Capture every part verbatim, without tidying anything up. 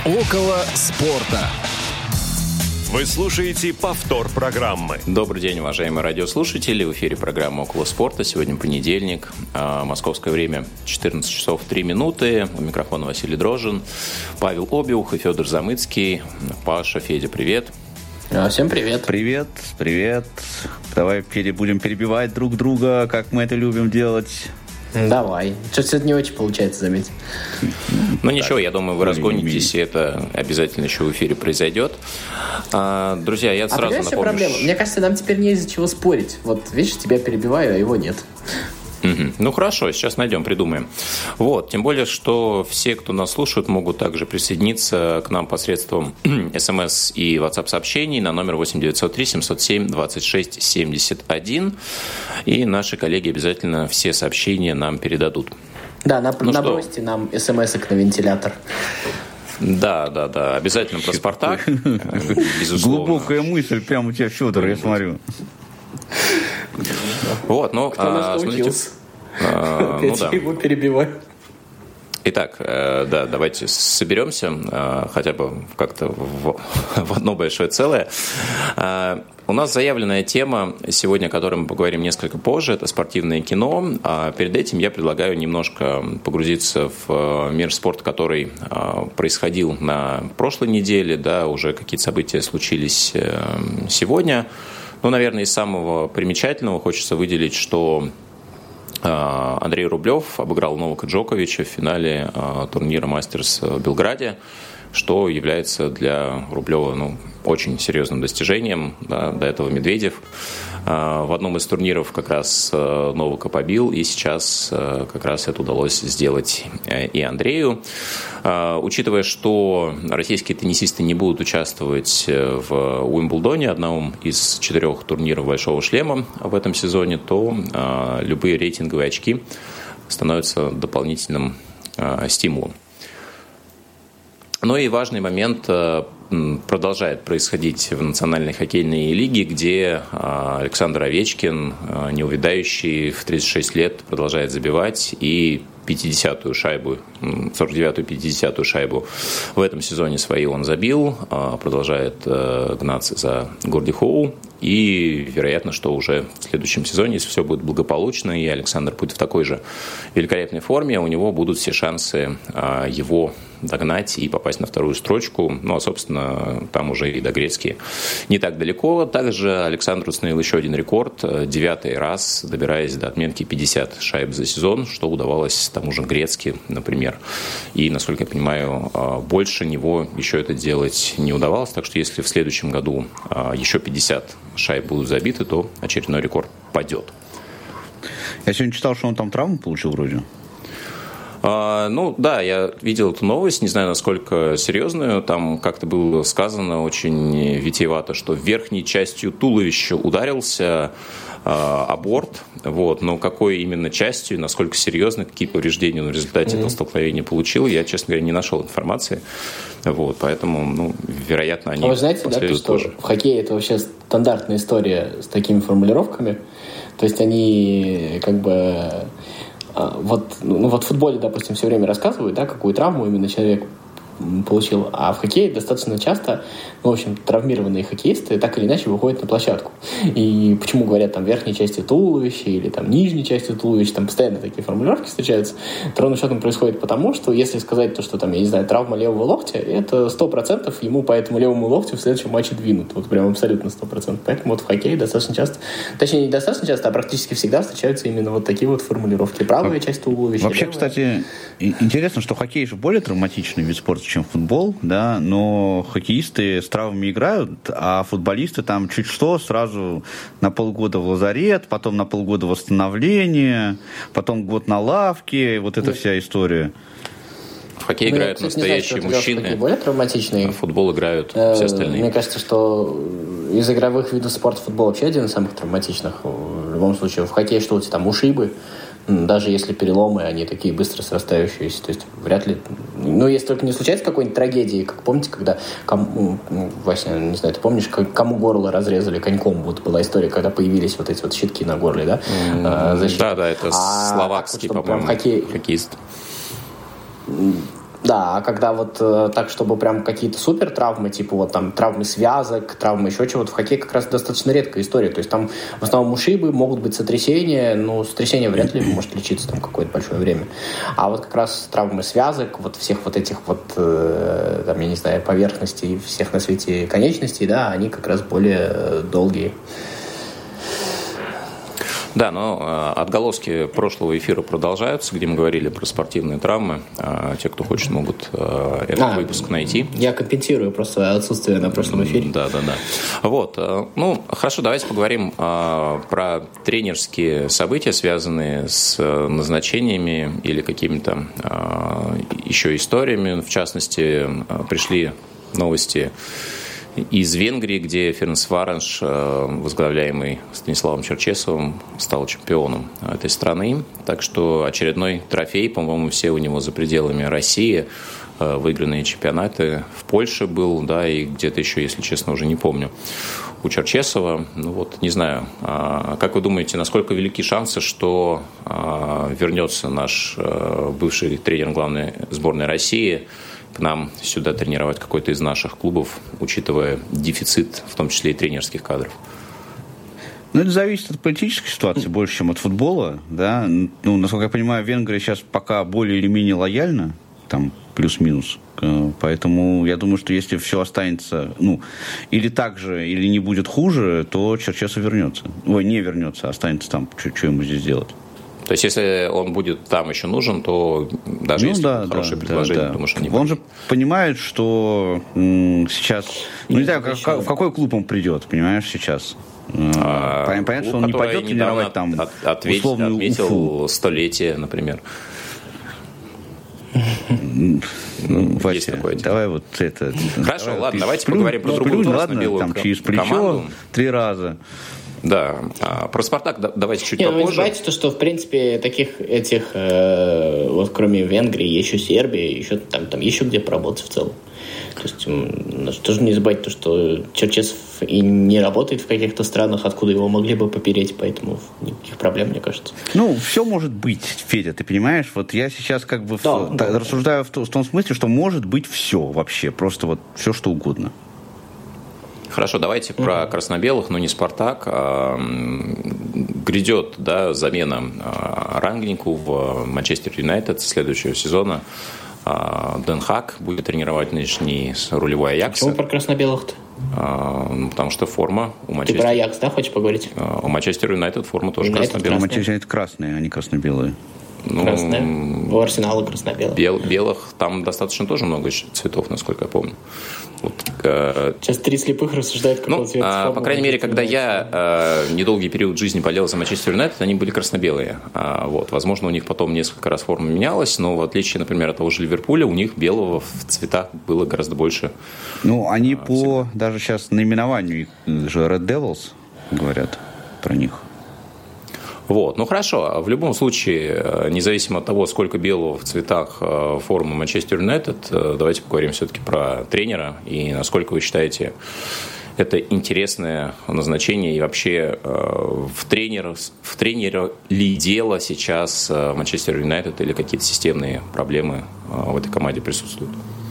Около спорта. Вы слушаете повтор программы. Добрый день, уважаемые радиослушатели. В эфире программа «Около спорта». Сегодня понедельник. Московское время четырнадцать часов три минуты. У микрофона Василий Дрожжин, Павел Обиух и Федор Замыцкий. Паша, Федя, привет. Всем привет. Привет, привет. Давай пере- будем перебивать друг друга, как мы это любим делать. Давай. Что-то это не очень получается, заметь. Ну ничего, я думаю, вы разгонитесь, и это обязательно еще в эфире произойдет. А, друзья, я а сразу напомню... проблема? Мне кажется, нам теперь не из-за чего спорить. Вот, видишь, тебя перебиваю, а его нет. Угу. Ну хорошо, сейчас найдем, придумаем. Вот, тем более, что все, кто нас слушают, могут также присоединиться к нам посредством СМС и WhatsApp сообщений на номер восемь девятьсот три семьсот семь двадцать шесть семьдесят один. И наши коллеги обязательно все сообщения нам передадут. Да, на, ну набросьте нам смс-ок на вентилятор. Да, да, да, обязательно про «Спартак». Глубокая мысль прямо у тебя, Федор, я смотрю. Вот, ну, Кто нас научился? Я его перебиваю. Итак, да, давайте соберемся хотя бы как-то в, в одно большое целое. У нас заявленная тема сегодня, о которой мы поговорим несколько позже, это спортивное кино. А перед этим я предлагаю немножко погрузиться в мир спорта, который происходил на прошлой неделе, да, уже какие-то события случились сегодня. Ну, наверное, из самого примечательного хочется выделить, что Андрей Рублев обыграл Новака Джоковича в финале турнира «Мастерс» в Белграде, что является для Рублева, ну, очень серьезным достижением. Да, до этого Медведев в одном из турниров как раз Новака побил, и сейчас как раз это удалось сделать и Андрею. Учитывая, что российские теннисисты не будут участвовать в Уимблдоне, одном из четырех турниров «Большого шлема» в этом сезоне, то любые рейтинговые очки становятся дополнительным стимулом. Ну и важный момент продолжает происходить в Национальной хоккейной лиге, где Александр Овечкин, неувядающий в тридцать шесть лет, продолжает забивать и пятидесятую шайбу, сорок девятую пятидесятую шайбу в этом сезоне свои он забил, продолжает гнаться за Горди Хоу, и вероятно, что уже в следующем сезоне, если все будет благополучно, и Александр будет в такой же великолепной форме, у него будут все шансы его догнать и попасть на вторую строчку. Ну, а, собственно, там уже и до Грецки не так далеко. Также Александр установил еще один рекорд, девятый раз добираясь до отметки пятьдесят шайб за сезон, что удавалось тому же Грецки, например. И, насколько я понимаю, больше него еще это делать не удавалось. Так что если в следующем году еще пятьдесят шайб будут забиты, то очередной рекорд падет. Я сегодня читал, что он там травму получил вроде. А, ну да, я видел эту новость, не знаю, насколько серьезную. Там как-то было сказано очень витиевато, что верхней частью туловища ударился а, о борт. Вот, но какой именно частью, насколько серьезно, какие повреждения он в результате mm-hmm. этого столкновения получил, я, честно говоря, не нашел информации. Вот, поэтому, ну, вероятно, они а вы знаете, да, что тоже. В хоккее это вообще стандартная история с такими формулировками. То есть они как бы... Вот, ну, вот в футболе, допустим, все время рассказывают, да, какую травму именно человек получил, а в хоккее достаточно часто, ну, в общем, травмированные хоккеисты так или иначе выходят на площадку. И почему говорят там верхней части туловища или там нижней части туловища, там постоянно такие формулировки встречаются, это ровным счетом происходит потому, что если сказать то, что там, я не знаю, травма левого локтя, это сто процентов ему по этому левому локтю в следующем матче двинут. Вот прям абсолютно сто процентов. Поэтому вот в хоккее достаточно часто, точнее, не достаточно часто, а практически всегда встречаются именно вот такие вот формулировки. Правая часть туловища. Вообще, левая. Кстати, интересно, что хоккей же более травматичный вид спорта, чем футбол, да, но хоккеисты с травмами играют, а футболисты там чуть что сразу на полгода в лазарет, потом на полгода восстановление, потом год на лавке, вот эта Нет. вся история. В хоккей ну, играют настоящие знаю, мужчины, более травматичные. А в футбол играют э, все остальные. Мне кажется, что из игровых видов спорта футбол вообще один из самых травматичных. В любом случае, в хоккее что у тебя там ушибы, даже если переломы, они такие быстро срастающиеся. То есть вряд ли... Ну, если только не случается какой-нибудь трагедии, как помните, когда... Кому, ну, Вася, не знаю, ты помнишь, кому горло разрезали коньком? Вот была история, когда появились вот эти вот щитки на горле, да? Mm, а, да, да, это а, словакский, по-моему, хоккей... хоккеист. Да, а когда вот э, так, чтобы прям какие-то супер травмы, типа вот там травмы связок, травмы еще чего-то, в хоккее как раз достаточно редкая история. То есть там в основном ушибы, могут быть сотрясения, но сотрясение вряд ли может лечиться там какое-то большое время. А вот как раз травмы связок, вот всех вот этих вот, э, там, я не знаю, поверхностей, всех на свете конечностей, да, они как раз более долгие. Да, но э, отголоски прошлого эфира продолжаются, где мы говорили про спортивные травмы. Э, те, кто хочет, могут э, этот а, выпуск найти. Я компенсирую просто отсутствие на прошлом эфире. Да, да, да. Вот. Э, ну, хорошо, давайте поговорим э, про тренерские события, связанные с назначениями или какими-то э, еще историями. В частности, э, пришли новости из Венгрии, где Ференцварош, возглавляемый Станиславом Черчесовым, стал чемпионом этой страны. Так что очередной трофей, по-моему, все у него за пределами России. Выигранные чемпионаты в Польше был, да, и где-то еще, если честно, уже не помню, у Черчесова. Ну вот, не знаю, как вы думаете, насколько велики шансы, что вернется наш бывший тренер главной сборной России к нам сюда тренировать какой-то из наших клубов, учитывая дефицит, в том числе и тренерских кадров? Ну, это зависит от политической ситуации больше, чем от футбола, да. Ну, насколько я понимаю, Венгрия сейчас пока более или менее лояльна, там плюс-минус. Поэтому я думаю, что если все останется, ну, или так же, или не будет хуже, то Черчесов вернется. Ой, не вернется, останется там. Что ему здесь делать? То есть, если он будет там еще нужен, то даже ну, если да, хорошее да, предложение, да, да. думаю, что не Он будет. же понимает, что м, сейчас... Ну, не знаю, как, в какой клуб он придет, понимаешь, сейчас? А, Понятно, клуб, что он не пойдет тренировать там от, ответь, условную отметил Уфу. столетие, например. Ну, Вася, давай вот это... Хорошо, давай, ладно, давайте сплю, поговорим про другую сплю, ладно, там через плечо команду. Три раза. Да, а, про «Спартак» давайте чуть Не, попозже. Вы не забывайте, то, что, в принципе, таких этих, э, вот кроме Венгрии, еще Сербия, еще там, там еще где поработать в целом. То есть, м, тоже не забывайте то, что Черчесов и не работает в каких-то странах, откуда его могли бы попереть, поэтому никаких проблем, мне кажется. Ну, все может быть, Федя, ты понимаешь? Вот я сейчас как бы да, в, да. рассуждаю в, в том смысле, что может быть все вообще, просто вот все, что угодно. Хорошо, давайте mm-hmm. про красно-белых, но не «Спартак». А, грядет, да, замена а, Рангнику в Манчестер Юнайтед с следующего сезона. А, Ден Хаг будет тренировать нынешний рулевой Аякс. Почему про красно-белых-то? А, ну, потому что форма у Манчестер... Ты про Аякс, да, хочешь поговорить? А, у Манчестер Юнайтед форма тоже Юнайтед красно-белая. Манчестер Юнайтед красные, а не красно-белые. Ну, красная. У Арсенала красно-белых. Бел, белых там достаточно тоже много цветов, насколько я помню. Вот, э, Сейчас три слепых рассуждают, какого ну, цвета а, формы. По крайней мере, когда я э, недолгий период жизни болел за Манчестер Юнайтед, они были красно-белые. А, вот, возможно, у них потом несколько раз форма менялась, но в отличие, например, от того же Ливерпуля, у них белого в цветах было гораздо больше. Ну, они а, по всегда. даже сейчас наименованию же Red Devils говорят про них. Вот, ну хорошо, в любом случае, независимо от того, сколько белого в цветах формы Манчестер Юнайтед, давайте поговорим все-таки про тренера и насколько вы считаете это интересное назначение и вообще в тренера, в тренера ли дело сейчас Манчестер Юнайтед или какие-то системные проблемы в этой команде присутствуют?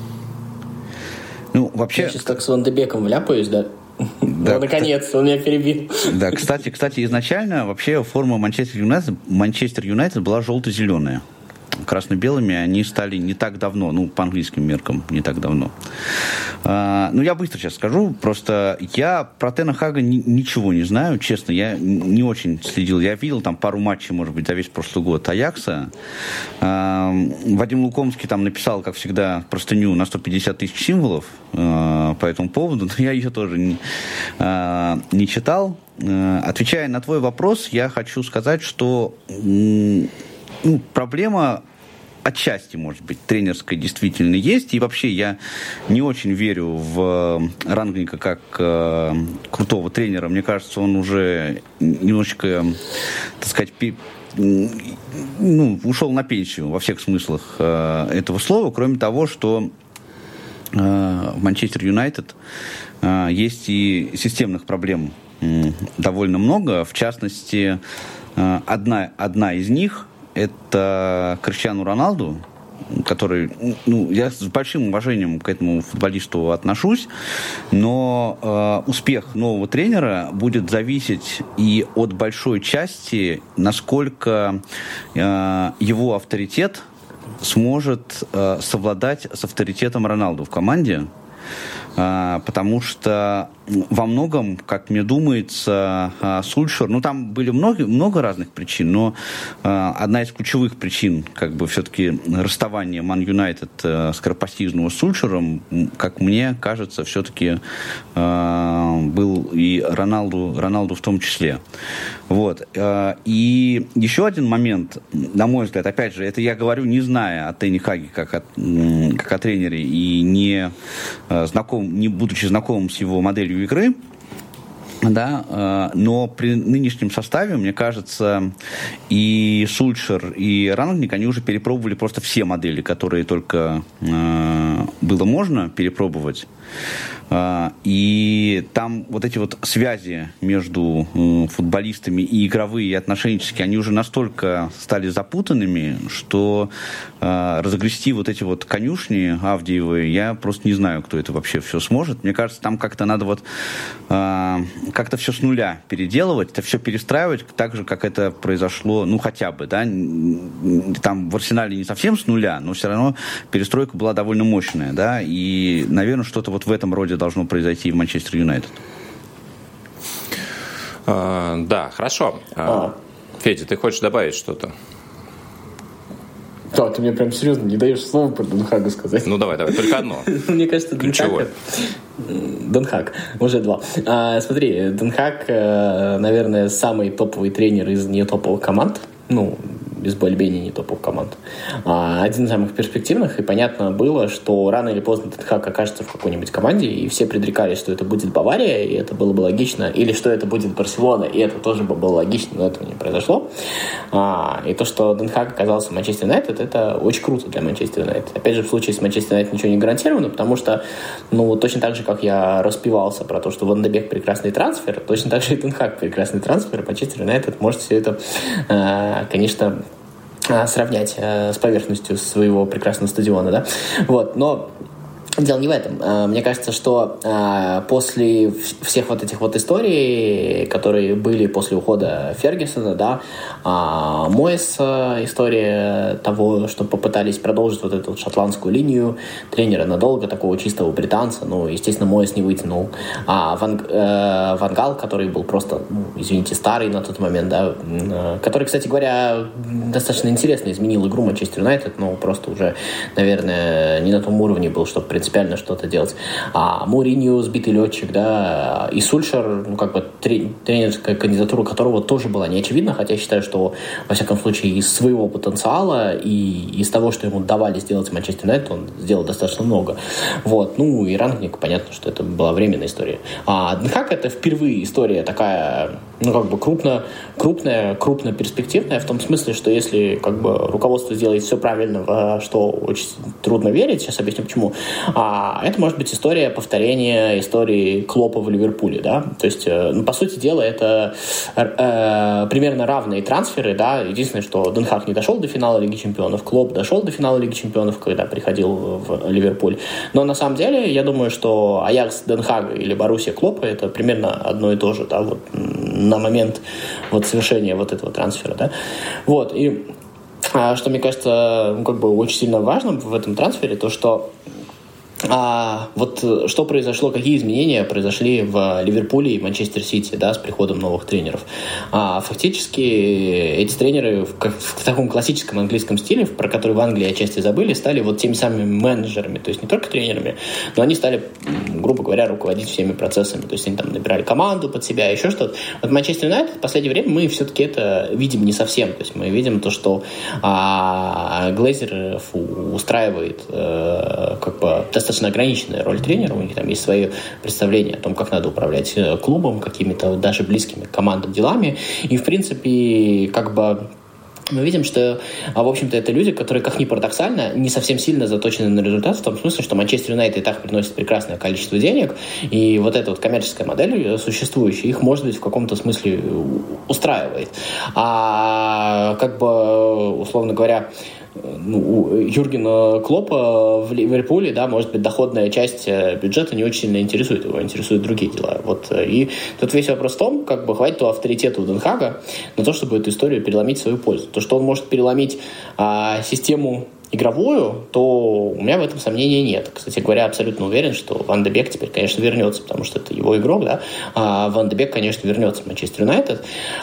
Ну, вообще... Я сейчас как с Ван де Беком вляпаюсь, да? Да, ну, наконец-то, он меня перебил. Да, кстати, кстати, изначально вообще форма Манчестер Юнайтед, Манчестер Юнайтед была желто-зеленая. Красно-белыми они стали не так давно, ну, по английским меркам, не так давно. А, ну, я быстро сейчас скажу, просто я про Тена Хага ни, ничего не знаю, честно, я не очень следил. Я видел там пару матчей, может быть, за весь прошлый год Аякса. А, Вадим Лукомский там написал, как всегда, простыню на сто пятьдесят тысяч символов а, по этому поводу, но я ее тоже не, а, не читал. А, отвечая на твой вопрос, я хочу сказать, что... Ну, проблема отчасти, может быть, тренерская действительно есть. И вообще я не очень верю в Рангника как э, крутого тренера. Мне кажется, он уже немножечко, так сказать, пи- ну, ушел на пенсию во всех смыслах э, этого слова. Кроме того, что э, в Манчестер Юнайтед э, есть и системных проблем э, довольно много. В частности, э, одна, одна из них... это Криштиану Роналду, который, ну, я с большим уважением к этому футболисту отношусь, но э, успех нового тренера будет зависеть и от большой части, насколько э, его авторитет сможет э, совладать с авторитетом Роналду в команде. Потому что во многом, как мне думается, Сульшер, ну там были много, много разных причин, но одна из ключевых причин, как бы все-таки расставания Ман Юнайтед скоропостижного с Сульшером, как мне кажется, все-таки был и Роналду, Роналду в том числе. Вот. И еще один момент, на мой взгляд, опять же, это я говорю, не зная о Тенни Хаге как о, как о тренере и не знаком, не будучи знакомым с его моделью игры, да, но при нынешнем составе, мне кажется, и Сульшер, и Рангник, они уже перепробовали просто все модели, которые только было можно перепробовать. И там вот эти вот связи между футболистами и игровые, и отношенческие, они уже настолько стали запутанными, что разгрести вот эти вот конюшни Авдеевы, я просто не знаю, кто это вообще все сможет. Мне кажется, там как-то надо вот как-то все с нуля переделывать, это все перестраивать, так же, как это произошло, ну, хотя бы, да, там в Арсенале не совсем с нуля, но все равно перестройка была довольно мощная, да, и, наверное, что-то вот в этом роде должно произойти в Манчестер Юнайтед. А, да, хорошо. А. Федя, ты хочешь добавить что-то? Да, ты мне прям серьезно не даешь слова про Ден Хага сказать. Ну, давай, давай, только одно. Мне кажется, Ден Хаг... Ден Хаг, уже два. А, смотри, Ден Хаг, наверное, самый топовый тренер из не топовых команд. Ну, без более-менее не топовых команд. А, один из самых перспективных, и понятно было, что рано или поздно Ден Хаг окажется в какой-нибудь команде, и все предрекали, что это будет Бавария, и это было бы логично, или что это будет Барселона, и это тоже бы было логично, но этого не произошло. А, и то, что Ден Хаг оказался в Манчестер Юнайтед, это очень круто для Манчестер Юнайтед. Опять же, в случае с Манчестер Юнайтед ничего не гарантировано, потому что, ну, точно так же, как я распевался про то, что Ван де Бек прекрасный трансфер, точно так же и Ден Хаг прекрасный трансфер, и Манчестер Юнайтед может все это, конечно, сравнять э, с поверхностью своего прекрасного стадиона, да, вот, но дело не в этом. Мне кажется, что после всех вот этих вот историй, которые были после ухода Фергюсона, да, Моэс, история того, что попытались продолжить вот эту вот шотландскую линию тренера надолго, такого чистого британца, ну, естественно, Моэс не вытянул. А Ван, э, Ван Гал, который был просто, ну, извините, старый на тот момент, да, который, кстати говоря, достаточно интересно изменил игру Манчестер Юнайтед, но просто уже, наверное, не на том уровне был, чтобы принципиально что-то делать. А Мourinho, сбитый летчик, да, и Сульшер, ну, как бы тренерская кандидатура которого тоже была не очевидна, хотя я считаю, что, во всяком случае, из своего потенциала и из того, что ему давали сделать Манчестер Юнайтед, он сделал достаточно много. Вот. Ну, и Рангник, понятно, что это была временная история. А Ден Хаг — это впервые история такая, ну, как бы крупно, крупная, крупно перспективная, в том смысле, что если, как бы, руководство сделает все правильно, во что очень трудно верить, сейчас объясню почему, а это может быть история повторения истории Клопа в Ливерпуле, да, то есть, ну, по сути дела, это э, примерно равные трансферы, да, единственное, что Ден Хаг не дошел до финала Лиги Чемпионов, Клоп дошел до финала Лиги Чемпионов, когда приходил в Ливерпуль, но на самом деле, я думаю, что Аякс Ден Хага или Боруссия Клопа — это примерно одно и то же, да, вот на момент вот совершения вот этого трансфера, да, вот, и что мне кажется, ну, как бы очень сильно важным в этом трансфере, то, что А вот что произошло, какие изменения произошли в Ливерпуле и Манчестер Сити, да, с приходом новых тренеров. А фактически эти тренеры в, в таком классическом английском стиле, про который в Англии отчасти забыли, стали вот теми самыми менеджерами, то есть не только тренерами, но они стали, грубо говоря, руководить всеми процессами. То есть они там набирали команду под себя, еще что-то. Вот Манчестер Юнайтед в последнее время мы все-таки это видим не совсем. То есть мы видим то, что а, Глейзер устраивает а, как бы достаточно ограниченная роль тренера, у них там есть свои представления о том, как надо управлять клубом, какими-то даже близкими к командам делами, и, в принципе, как бы мы видим, что, в общем-то, это люди, которые, как ни парадоксально, не совсем сильно заточены на результат, в том смысле, что Манчестер Юнайтед и так приносит прекрасное количество денег, и вот эта вот коммерческая модель существующая, их, может быть, в каком-то смысле устраивает. А, как бы, условно говоря, ну, у Юргена Клоппа в Ливерпуле, да, может быть, доходная часть бюджета не очень сильно интересует его, интересуют другие дела. Вот. И тут весь вопрос в том, как бы хватит авторитета у Ден Хага на то, чтобы эту историю переломить в свою пользу. То, что он может переломить а, систему игровую, то у меня в этом сомнений нет. Кстати говоря, абсолютно уверен, что Ван де Бек теперь, конечно, вернется, потому что это его игрок, да. А Ван де Бек, конечно, вернется в Манчестер Юнайтед.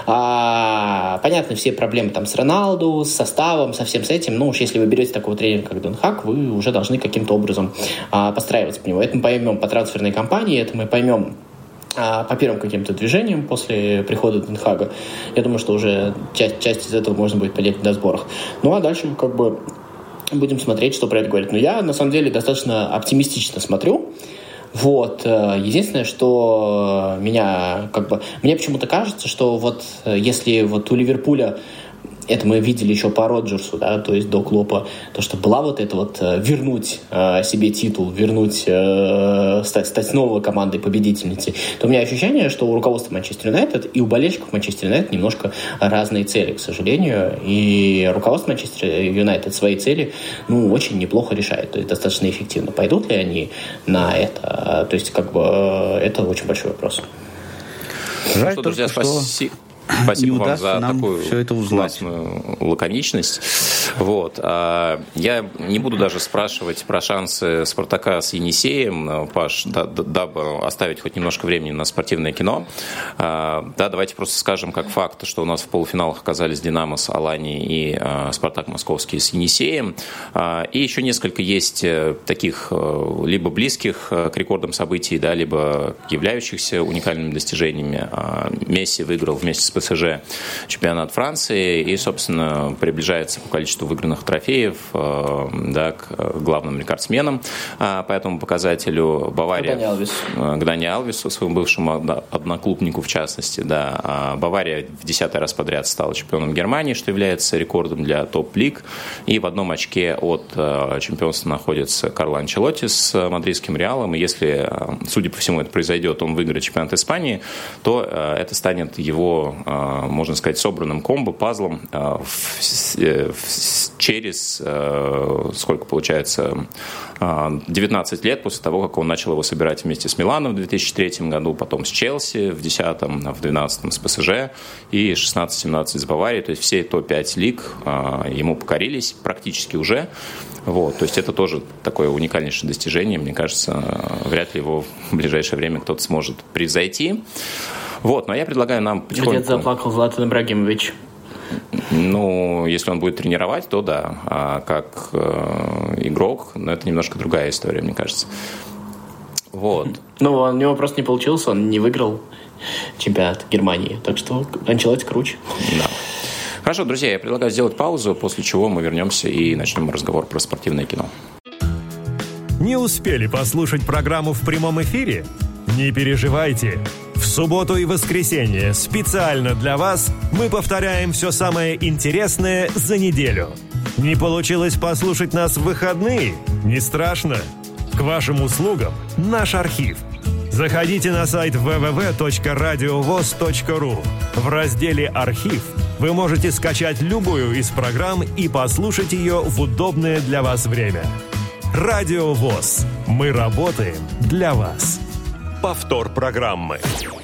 А, понятно, все проблемы там с Роналду, с составом, со всем с этим. Ну уж если вы берете такого тренера, как Ден Хаг, вы уже должны каким-то образом а, подстраиваться по нему. Это мы поймем по трансферной кампании, это мы поймем по первым каким-то движениям после прихода Ден Хага. Я думаю, что уже часть, часть из этого можно будет понять на сборах. Ну а дальше как бы будем смотреть, что про это говорит. Но я, на самом деле, достаточно оптимистично смотрю. Вот. Единственное, что меня как бы... Мне почему-то кажется, что вот если вот у Ливерпуля, это мы видели еще по Роджерсу, да, то есть до Клопа, то, что была вот это вот вернуть э, себе титул, вернуть, э, стать, стать снова командой победительницей, то у меня ощущение, что у руководства Манчестер Юнайтед и у болельщиков Манчестер Юнайтед немножко разные цели, к сожалению, и руководство Манчестер Юнайтед свои цели, ну, очень неплохо решает, то есть достаточно эффективно. Пойдут ли они на это? То есть, как бы, это очень большой вопрос. Жаль, что, друзья, что... спасибо. Спасибо вам за такую все это узнать. классную лаконичность. Вот. Я не буду даже спрашивать про шансы «Спартака» с Енисеем, Паш, дабы оставить хоть немножко времени на спортивное кино. Да, давайте просто скажем как факт, что у нас в полуфиналах оказались «Динамо» с Аланией и «Спартак» московский с Енисеем. И еще несколько есть таких либо близких к рекордам событий, да, либо являющихся уникальными достижениями. Месси выиграл вместе с ПСЖ чемпионат Франции и, собственно, приближается по количеству выигранных трофеев, да, к главным рекордсменам по этому показателю. Бавария, к Дани Алвесу, своему бывшему одноклубнику в частности. Да. Бавария в десятый раз подряд стала чемпионом Германии, что является рекордом для топ-лиг. И в одном очке от чемпионства находится Карло Анчелотти с мадридским Реалом. И если, судя по всему, это произойдет, он выиграет чемпионат Испании, то это станет его, можно сказать, собранным комбо, пазлом через, сколько получается, девятнадцать лет после того, как он начал его собирать вместе с Миланом в две тысячи третьем году, потом с Челси в десятом, в двенадцатом с ПСЖ и шестнадцать-семнадцать с Баварией. То есть все топ пять лиг ему покорились практически уже. Вот, то есть это тоже такое уникальнейшее достижение. Мне кажется, вряд ли его в ближайшее время кто-то сможет превзойти. Вот, но я предлагаю нам потихоньку... Где заплакал Златан Ибрагимович. Ну, если он будет тренировать, то да. А как э, игрок, ну, это немножко другая история, мне кажется. Вот. Ну, у него просто не получилось, он не выиграл чемпионат Германии. Так что Анчелотти круче. Да. Хорошо, друзья, я предлагаю сделать паузу, после чего мы вернемся и начнем разговор про спортивное кино. Не успели послушать программу в прямом эфире? Не переживайте. В субботу и воскресенье специально для вас мы повторяем все самое интересное за неделю. Не получилось послушать нас в выходные? Не страшно. К вашим услугам наш архив. Заходите на сайт дабл ю дабл ю дабл ю точка радиовоз точка ру. В разделе «Архив» вы можете скачать любую из программ и послушать ее в удобное для вас время. Радио ВОС. Мы работаем для вас. Повтор программы.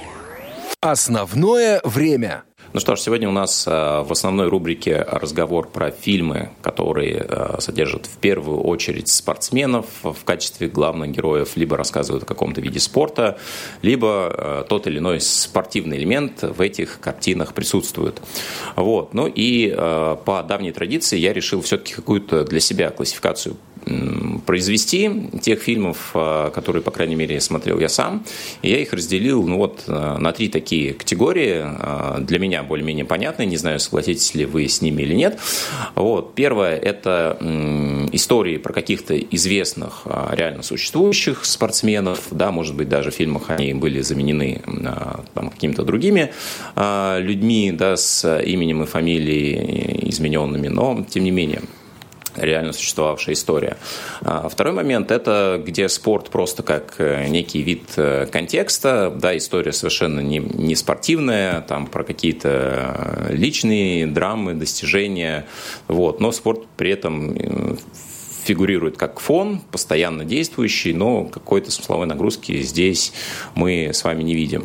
Основное время. Ну что ж, сегодня у нас в основной рубрике разговор про фильмы, которые содержат в первую очередь спортсменов в качестве главных героев, либо рассказывают о каком-то виде спорта, либо тот или иной спортивный элемент в этих картинах присутствует. Вот. Ну и по давней традиции я решил все-таки какую-то для себя классификацию произвести тех фильмов, которые, по крайней мере, смотрел я сам. И я их разделил ну, вот, на три такие категории, для меня более-менее понятные, не знаю, согласитесь ли вы с ними или нет. Вот. Первое – это истории про каких-то известных, реально существующих спортсменов, да, может быть, даже в фильмах они были заменены там, какими-то другими людьми, да, с именем и фамилией измененными, но, тем не менее, реально существовавшая история. Второй момент – это где спорт просто как некий вид контекста, да, история совершенно не, не спортивная, там про какие-то личные драмы, достижения, вот, но спорт при этом фигурирует как фон, постоянно действующий, но какой-то смысловой нагрузки здесь мы с вами не видим.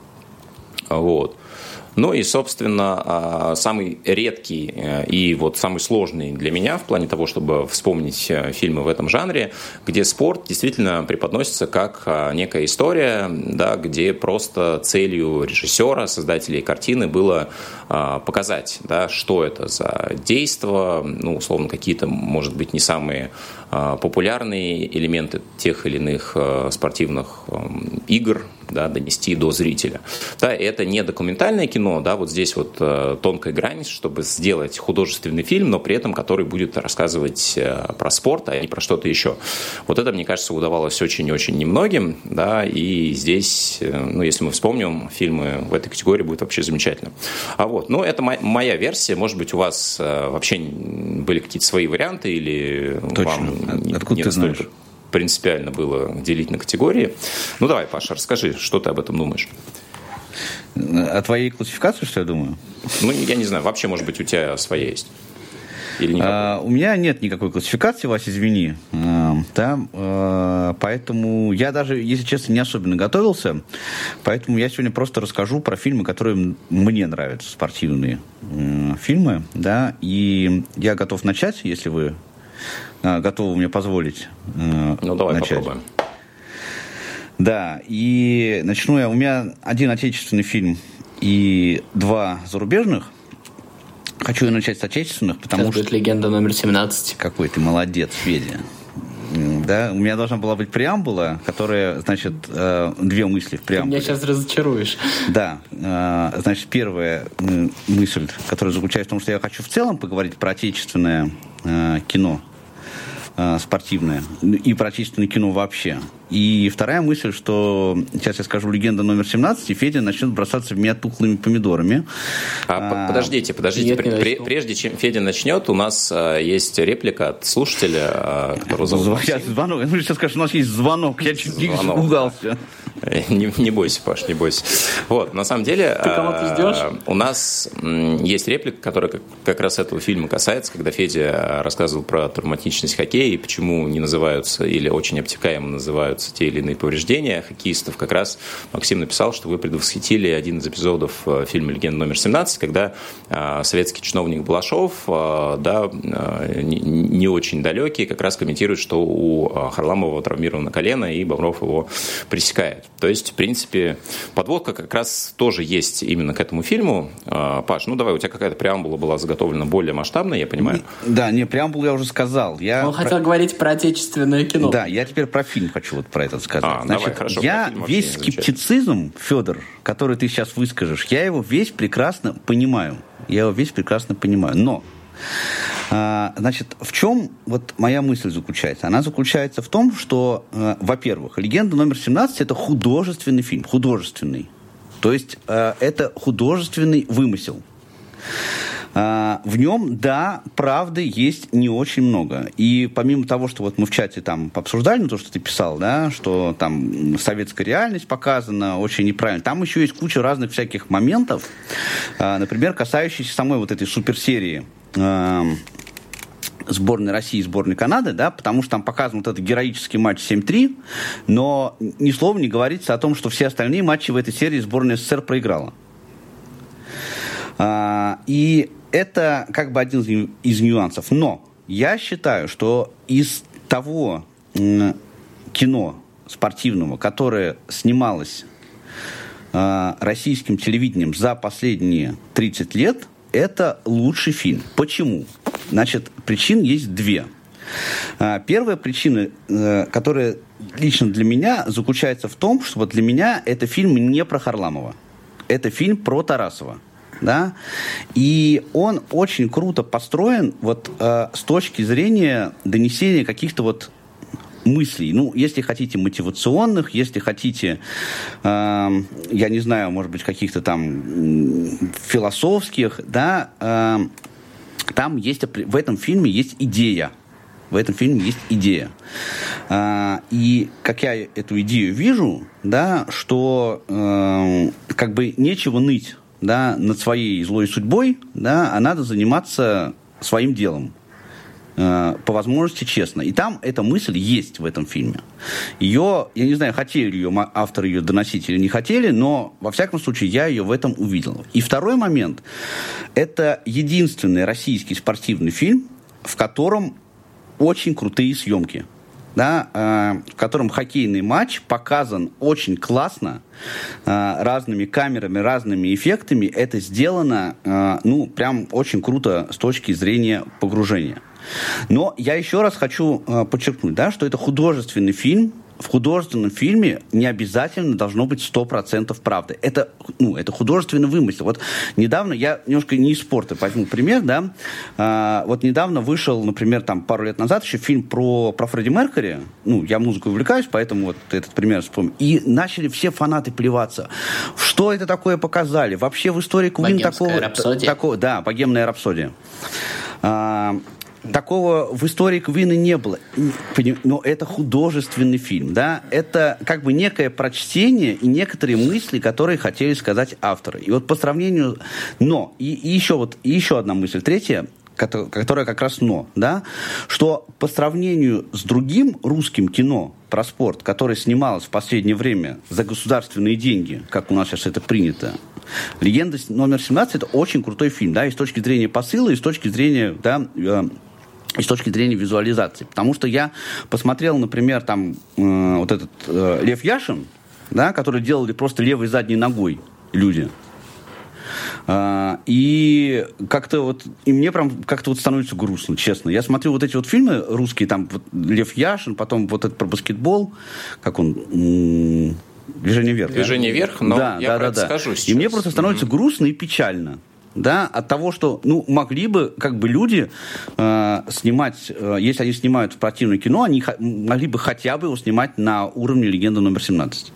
Вот. Ну и, собственно, самый редкий и вот самый сложный для меня в плане того, чтобы вспомнить фильмы в этом жанре, где спорт действительно преподносится как некая история, да, где просто целью режиссера, создателей картины было показать, да, что это за действо, ну, условно, какие-то, может быть, не самые популярные элементы тех или иных спортивных игр, да, донести до зрителя. Да, это не документальное кино, да, вот здесь вот э, тонкая грань, чтобы сделать художественный фильм, но при этом который будет рассказывать э, про спорт, а не про что-то еще. Вот это, мне кажется, удавалось очень-очень немногим, да, и здесь, э, ну, если мы вспомним, фильмы в этой категории будет вообще замечательно. А вот, ну, это мо- моя версия, может быть, у вас э, вообще были какие-то свои варианты или Точно. вам не, Откуда не ты настолько знаешь? Принципиально было делить на категории. Ну, давай, Паша, расскажи, что ты об этом думаешь? О твоей классификации, что я думаю? Ну, я не знаю, вообще, может быть, у тебя своя есть? Или а, у меня нет никакой классификации, Вась, извини. А, да, а, поэтому я даже, если честно, не особенно готовился. Поэтому я сегодня просто расскажу про фильмы, которые мне нравятся, спортивные э, фильмы. Да, и я готов начать, если вы готовы мне позволить э, ну, давай начать. Попробуем. Да, и начну я. У меня один отечественный фильм и два зарубежных. Хочу я начать с отечественных, потому Сейчас что... будет «Легенда номер семнадцать». Какой ты молодец, Федя. Да, у меня должна была быть преамбула, которая, значит, э, две мысли в преамбуле. Ты меня сейчас разочаруешь. Да, э, значит, первая мысль, которая заключается в том, что я хочу в целом поговорить про отечественное э, кино, э, спортивное, и про отечественное кино вообще. И вторая мысль, что сейчас я скажу «Легенда номер семнадцать», и Федя начнет бросаться в меня тухлыми помидорами. А, а, подождите, подождите. Нет, Пр- пр- прежде чем Федя начнет, у нас а, есть реплика от слушателя, а, которого зовут Максим. Звонок. Я сейчас скажу, у нас есть звонок. Я чуть не Звонок. испугался. Не, не бойся, Паш, не бойся. Вот, на самом деле, Ты кого-то ждешь? а, у нас м, есть реплика, которая как, как раз этого фильма касается, когда Федя рассказывал про травматичность хоккея и почему не называются или очень обтекаемо называются те или иные повреждения хоккеистов. Как раз Максим написал, что вы предвосхитили один из эпизодов фильма «Легенда номер семнадцать», когда а, советский чиновник Балашов, а, да, а, не, не очень далекий, как раз комментирует, что у Харламова травмировано колено, и Бобров его пресекает. То есть, в принципе, подводка как раз тоже есть именно к этому фильму. А, Паш, ну давай, у тебя какая-то преамбула была заготовлена более масштабная, я понимаю. Да, не, преамбулу я уже сказал. Я Он про... хотел говорить про отечественное кино. Да, я теперь про фильм хочу вот про это сказать. А, Значит, давай, хорошо, я весь скептицизм, Федор, который ты сейчас выскажешь, я его весь прекрасно понимаю. Я его весь прекрасно понимаю. Но, а, значит, в чем вот моя мысль заключается? Она заключается в том, что, а, во-первых, «Легенда номер семнадцать» — это художественный фильм, художественный. То есть а, это художественный вымысел. В нем, да, правды есть не очень много. И помимо того, что вот мы в чате там обсуждали, ну, то, что ты писал, да, что там советская реальность показана очень неправильно, там еще есть куча разных всяких моментов, например, касающихся самой вот этой суперсерии сборной России и сборной Канады, да, потому что там показан вот этот героический матч семь три, но ни слова не говорится о том, что все остальные матчи в этой серии сборная СССР проиграла. И это как бы один из нюансов. Но я считаю, что из того кино спортивного, которое снималось российским телевидением за последние тридцать лет, это лучший фильм. Почему? Значит, причин есть две. Первая причина, которая лично для меня заключается в том, что вот для меня это фильм не про Харламова. Это фильм про Тарасова. Да? И он очень круто построен вот, э, с точки зрения донесения каких-то вот мыслей. Ну, если хотите, мотивационных, если хотите, э, я не знаю, может быть, каких-то там философских, да, э, там есть, в этом фильме есть идея. В этом фильме есть идея. А, и как я эту идею вижу, да, что э, как бы нечего ныть, да, над своей злой судьбой, да, а надо заниматься своим делом. Э, по возможности честно. И там эта мысль есть в этом фильме. Ее, я не знаю, хотели ее авторы ее доносить или не хотели, но, во всяком случае, я ее в этом увидел. И второй момент. Это единственный российский спортивный фильм, в котором очень крутые съемки, да, э, в котором хоккейный матч показан очень классно, э, разными камерами, разными эффектами. Это сделано, э, ну, прям очень круто с точки зрения погружения. Но я еще раз хочу э, подчеркнуть, да, что это художественный фильм. В художественном фильме не обязательно должно быть сто процентов правды. Это, ну, это художественный вымысел. Вот недавно, я немножко не из спорта возьму пример, да, а, вот недавно вышел, например, там пару лет назад еще фильм про, про Фредди Меркьюри. Ну, я музыкой увлекаюсь, поэтому вот этот пример вспомнил. И начали все фанаты плеваться. Что это такое показали? Вообще в истории Куин такого... рапсодия. такого... Да, богемная рапсодия. А, такого в истории Квина не было. Но это художественный фильм, да? Это как бы некое прочтение и некоторые мысли, которые хотели сказать авторы. И вот по сравнению... Но, и, и еще вот, и еще одна мысль, третья, которая как раз «но», да? Что по сравнению с другим русским кино про спорт, которое снималось в последнее время за государственные деньги, как у нас сейчас это принято, «Легенда номер семнадцать» — это очень крутой фильм, да, и с точки зрения посыла, и с точки зрения, да, э, и с точки зрения визуализации. Потому что я посмотрел, например, там э, вот этот э, Лев Яшин, да, который делали просто левой задней ногой люди. Uh, и как-то вот, и мне прям как-то вот становится грустно, честно. Я смотрю вот эти вот фильмы русские, там вот Лев Яшин, потом вот этот про баскетбол, как он, м- «Движение вверх». «Движение да? вверх», но да, я да, про да, это да. скажу сейчас. И мне просто становится mm-hmm. грустно и печально. Да, от того, что, ну, могли бы, как бы, люди э, снимать, э, если они снимают спортивное кино, они х- могли бы хотя бы его снимать на уровне «Легенды номер семнадцать».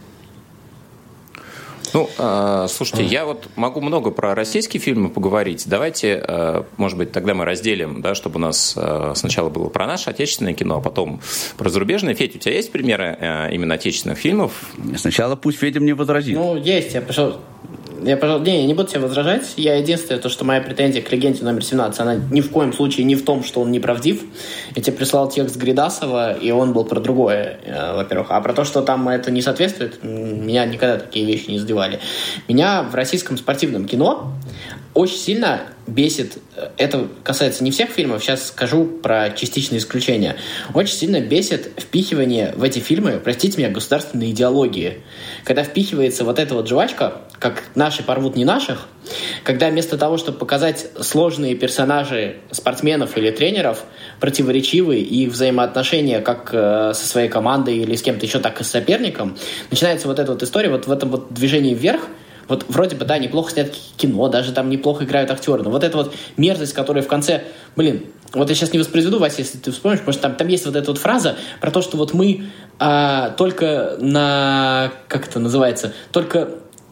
Ну, э, слушайте, я вот могу много про российские фильмы поговорить. Давайте, э, может быть, тогда мы разделим, да, чтобы у нас э, сначала было про наше отечественное кино, а потом про зарубежное. Федь, у тебя есть примеры э, именно отечественных фильмов? Сначала пусть Федя мне возразит. Ну, есть, я пошел... Я, пожалуй, не, я не буду тебе возражать. Я единственное, то, что моя претензия к «Легенде номер семнадцать», она ни в коем случае не в том, что он неправдив. Я тебе прислал текст Гридасова, и он был про другое, э, во-первых. А про то, что там это не соответствует, меня никогда такие вещи не задевали. Меня в российском спортивном кино очень сильно бесит, это касается не всех фильмов, сейчас скажу про частичные исключения, очень сильно бесит впихивание в эти фильмы, простите меня, государственной идеологии. Когда впихивается вот эта вот жвачка, как «наши порвут не наших», когда вместо того, чтобы показать сложные персонажи спортсменов или тренеров, противоречивые и их взаимоотношения как э, со своей командой или с кем-то еще, так и с соперником, начинается вот эта вот история, вот в этом вот движении вверх. Вот вроде бы, да, неплохо снято кино, даже там неплохо играют актеры, но вот эта вот мерзость, которая в конце, блин, вот я сейчас не воспроизведу, Вася, если ты вспомнишь, потому что там, там есть вот эта вот фраза про то, что вот мы а, только на, как это называется, только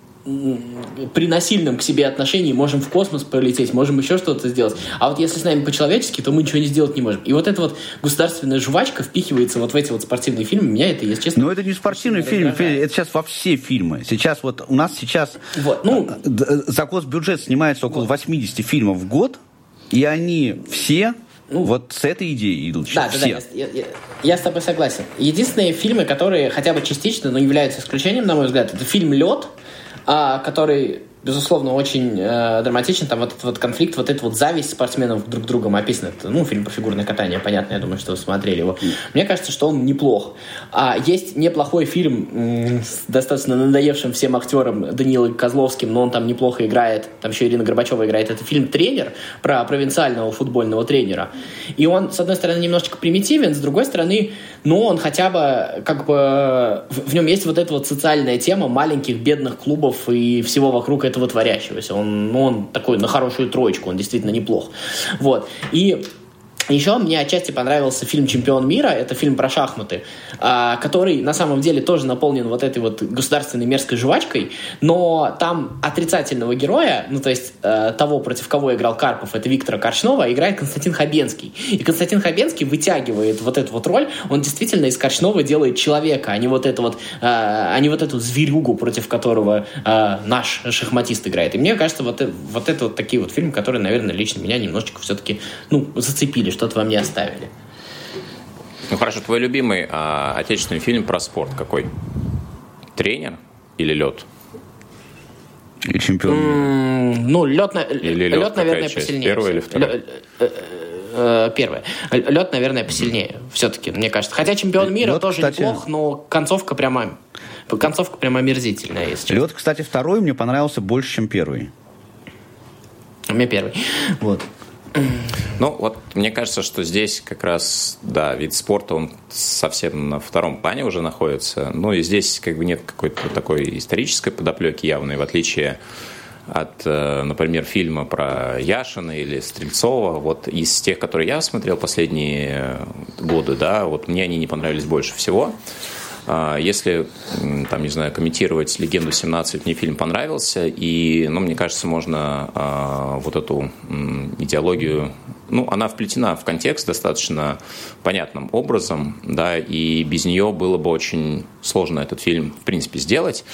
при насильном к себе отношении можем в космос полететь, можем еще что-то сделать. А вот если с нами по-человечески, то мы ничего не сделать не можем. И вот эта вот государственная жвачка впихивается вот в эти вот спортивные фильмы. Меня это, если честно... Но это не спортивный фильм, это сейчас во все фильмы. Сейчас вот у нас сейчас вот, ну, за госбюджет снимается около вот. восемьдесят фильмов в год, и они все... Ну, вот с этой идеей идут сейчас. Да, да, да, я, я, я с тобой согласен. Единственные фильмы, которые хотя бы частично, но являются исключением, на мой взгляд, это фильм «Лед», а, который, безусловно, очень э, драматичен. Там вот этот вот конфликт, вот эта вот зависть спортсменов друг к другу описана. Это, ну, фильм про фигурное катание, понятно, я думаю, что вы смотрели его. Mm. Мне кажется, что он неплох. А есть неплохой фильм м- с достаточно надоевшим всем актером Данилой Козловским, но он там неплохо играет. Там еще Ирина Горбачева играет. Это фильм «Тренер» про провинциального футбольного тренера. И он, с одной стороны, немножечко примитивен, с другой стороны, но он хотя бы, как бы, в, в нем есть вот эта вот социальная тема маленьких бедных клубов и всего вокруг этого творящегося. Он, ну, он такой на хорошую троечку, он действительно неплох. Вот. И Еще мне отчасти понравился фильм «Чемпион мира». Это фильм про шахматы, который на самом деле тоже наполнен вот этой вот государственной мерзкой жвачкой, но там отрицательного героя, ну то есть того, против кого играл Карпов, это Виктора Корчнова, играет Константин Хабенский. И Константин Хабенский вытягивает вот эту вот роль, он действительно из Корчнова делает человека, а не вот эту вот, а не вот эту зверюгу, против которого наш шахматист играет. И мне кажется, вот, вот это вот такие вот фильмы, которые, наверное, лично меня немножечко все-таки, ну, зацепили, что-то во мне оставили. Ну хорошо, твой любимый а, отечественный фильм про спорт какой? «Тренер» или «Лед»? И «Чемпион». Mm, ну, «Лед», или лед, лед наверное, часть? посильнее. Первая или вторая? Первое. «Лед», наверное, посильнее. Все-таки, мне кажется. Хотя «Чемпион мира» «Лед», тоже кстати, неплох, но концовка прямо, концовка прямо омерзительная, если честно. «Лед», кстати, второй мне понравился больше, чем первый. Мне первый. Вот. Ну, вот мне кажется, что здесь как раз, да, вид спорта, он совсем на втором плане уже находится. Ну, и здесь как бы нет какой-то такой исторической подоплеки явной, в отличие от, например, фильма про Яшина или Стрельцова. Вот из тех, которые я смотрел последние годы, да, вот мне они не понравились больше всего. Если, там, не знаю, комментировать «Легенду семнадцать», мне фильм понравился, и, ну, мне кажется, можно а, вот эту м, идеологию, ну, она вплетена в контекст достаточно понятным образом, да, и без нее было бы очень сложно этот фильм, в принципе, сделать.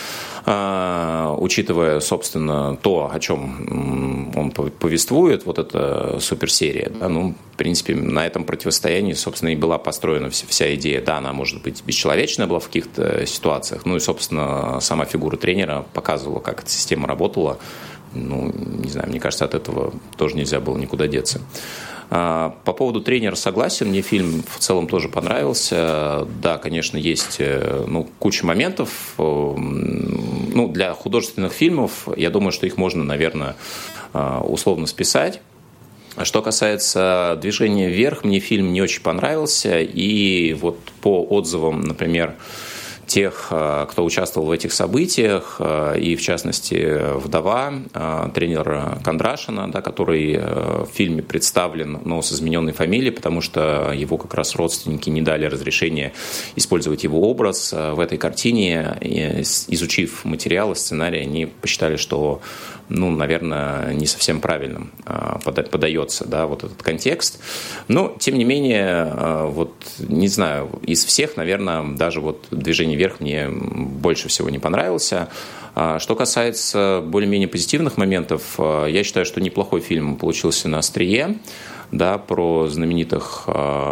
Uh, учитывая, собственно, то, о чем он повествует, вот эта суперсерия, да, ну, в принципе, на этом противостоянии, собственно, и была построена вся, вся идея. Да, она, может быть, бесчеловечная была в каких-то ситуациях, ну и, собственно, сама фигура тренера показывала, как эта система работала. Ну, не знаю, мне кажется, от этого тоже нельзя было никуда деться. По поводу «Тренера» согласен, мне фильм в целом тоже понравился. Да, конечно, есть, ну, куча моментов. Ну, для художественных фильмов, я думаю, что их можно, наверное, условно списать. Что касается «Движения вверх», мне фильм не очень понравился. И вот по отзывам, например, тех, кто участвовал в этих событиях, и, в частности, вдова, тренер Кондрашина, да, который в фильме представлен, но с измененной фамилией, потому что его как раз родственники не дали разрешения использовать его образ в этой картине. И, изучив материалы, сценарий, они посчитали, что, ну, наверное, не совсем правильным подается, да, вот этот контекст. Но, тем не менее, вот, не знаю, из всех, наверное, даже вот «Движение вверх» мне больше всего не понравился. Что касается более-менее позитивных моментов, я считаю, что неплохой фильм получился на «Острие», да, про знаменитых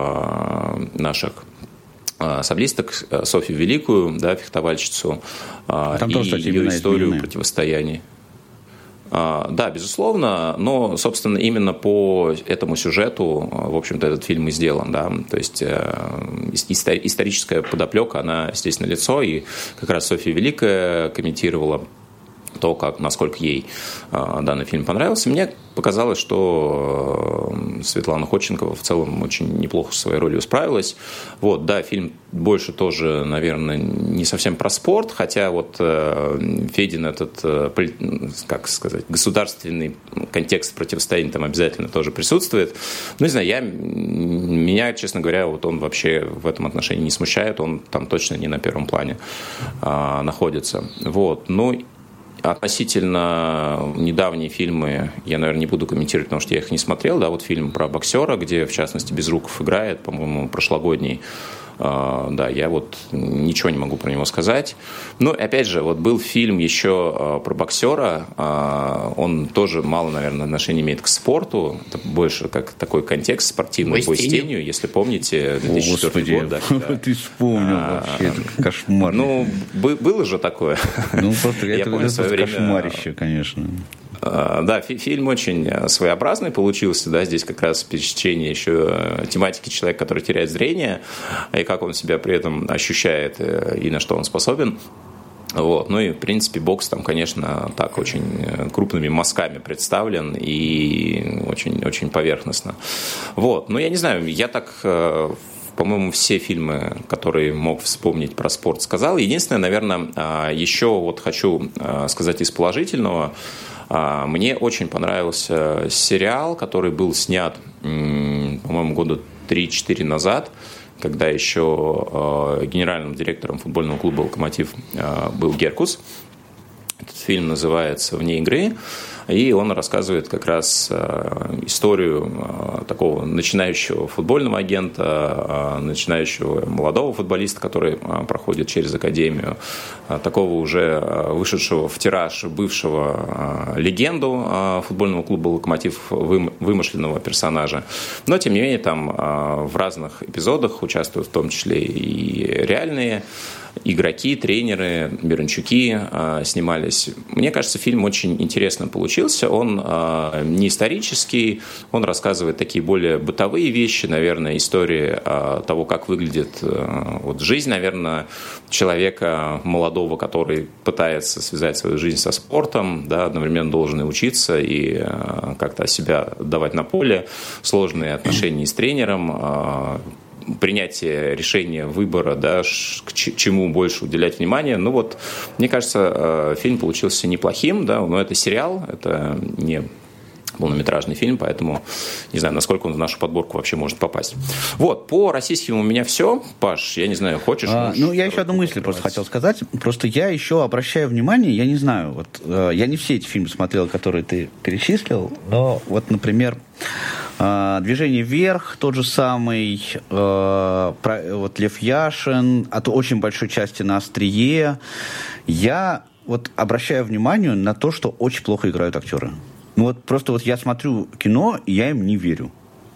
наших саблисток, Софью Великую, да, фехтовальщицу, там и тоже, кстати, ее историю измененные. Противостояния. Да, безусловно, но, собственно, именно по этому сюжету, в общем-то, этот фильм и сделан, да, то есть историческая подоплека, она, естественно, налицо, и как раз Софья Великая комментировала то, как, насколько ей э, данный фильм понравился. Мне показалось, что э, Светлана Ходченкова в целом очень неплохо со своей ролью справилась. Вот, да, фильм больше тоже, наверное, не совсем про спорт, хотя вот э, Федин этот, э, как сказать, государственный контекст противостояния там обязательно тоже присутствует. Ну, не знаю, я, меня, честно говоря, вот он вообще в этом отношении не смущает, он там точно не на первом плане э, находится. Вот, ну, относительно недавние фильмы я, наверное, не буду комментировать, потому что я их не смотрел. Да, вот фильм про боксера, где, в частности, Безруков играет, по-моему, прошлогодний. Да, я вот ничего не могу про него сказать. Но, опять же, вот был фильм еще про боксера. Он тоже мало, наверное, отношения имеет к спорту. Это больше как такой контекст спортивный, бой с тенью, если помните, две тысячи четвёртый год. Да, когда... Ты вспомнил вообще, это кошмар. Ну, было же такое. Ну, просто я это помню, в свое время... кошмарище, конечно. Да, фильм очень своеобразный получился, да, здесь как раз пересечение еще тематики человека, который теряет зрение, и как он себя при этом ощущает, и на что он способен. Вот. Ну и, в принципе, бокс там, конечно, так очень крупными мазками представлен и очень, очень поверхностно. Вот. Ну, я не знаю, я так... По-моему, все фильмы, которые мог вспомнить про спорт, сказал. Единственное, наверное, еще вот хочу сказать из положительного. Мне очень понравился сериал, который был снят, по-моему, года три-четыре назад, когда еще генеральным директором футбольного клуба «Локомотив» был Геркус. Этот фильм называется «Вне игры». И он рассказывает как раз историю такого начинающего футбольного агента, начинающего молодого футболиста, который проходит через академию, такого уже вышедшего в тираж бывшего легенду футбольного клуба «Локомотив», вымышленного персонажа. Но, тем не менее, там в разных эпизодах участвуют в том числе и реальные игроки, тренеры, Миранчуки э, снимались. Мне кажется, фильм очень интересно получился. Он э, не исторический, он рассказывает такие более бытовые вещи, наверное, истории э, того, как выглядит э, вот жизнь, наверное, человека молодого, который пытается связать свою жизнь со спортом, да, одновременно должен и учиться, и э, как-то себя давать на поле, сложные отношения с тренером, э, принятие решения выбора, да, к чему больше уделять внимание. Ну вот, мне кажется, фильм получился неплохим, да, но это сериал, это не полнометражный фильм, поэтому не знаю, насколько он в нашу подборку вообще может попасть. Вот, по российским у меня все. Паш, я не знаю, хочешь? А, ну, я еще одну мысль просто хотел сказать. Просто я еще обращаю внимание, я не знаю, вот я не все эти фильмы смотрел, которые ты перечислил, но вот, например, «Движение вверх», тот же самый, э, про, вот «Лев Яшин», от очень большой части «На острие». Я вот обращаю внимание на то, что очень плохо играют актеры. Ну вот просто вот я смотрю кино, и я им не верю.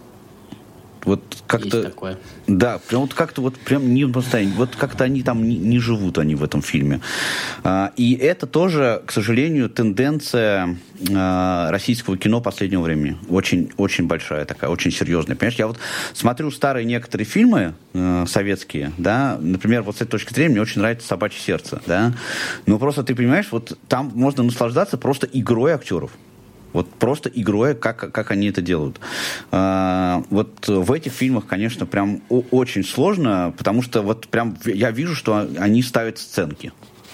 Вот как-то... Есть такое. Да, прям вот как-то вот прям не постоянно. Вот как-то они там не, не живут, они в этом фильме. А, и это тоже, к сожалению, тенденция а, российского кино последнего времени. Очень, очень большая такая, очень серьезная. Понимаешь, я вот смотрю старые некоторые фильмы а, советские, да, например, вот с этой точки зрения мне очень нравится «Собачье сердце», да. Но просто ты понимаешь, вот там можно наслаждаться просто игрой актеров. Вот просто игрой, как, как они это делают. А, вот в этих фильмах, конечно, прям о- очень сложно, потому что вот прям я вижу, что они ставят сценки.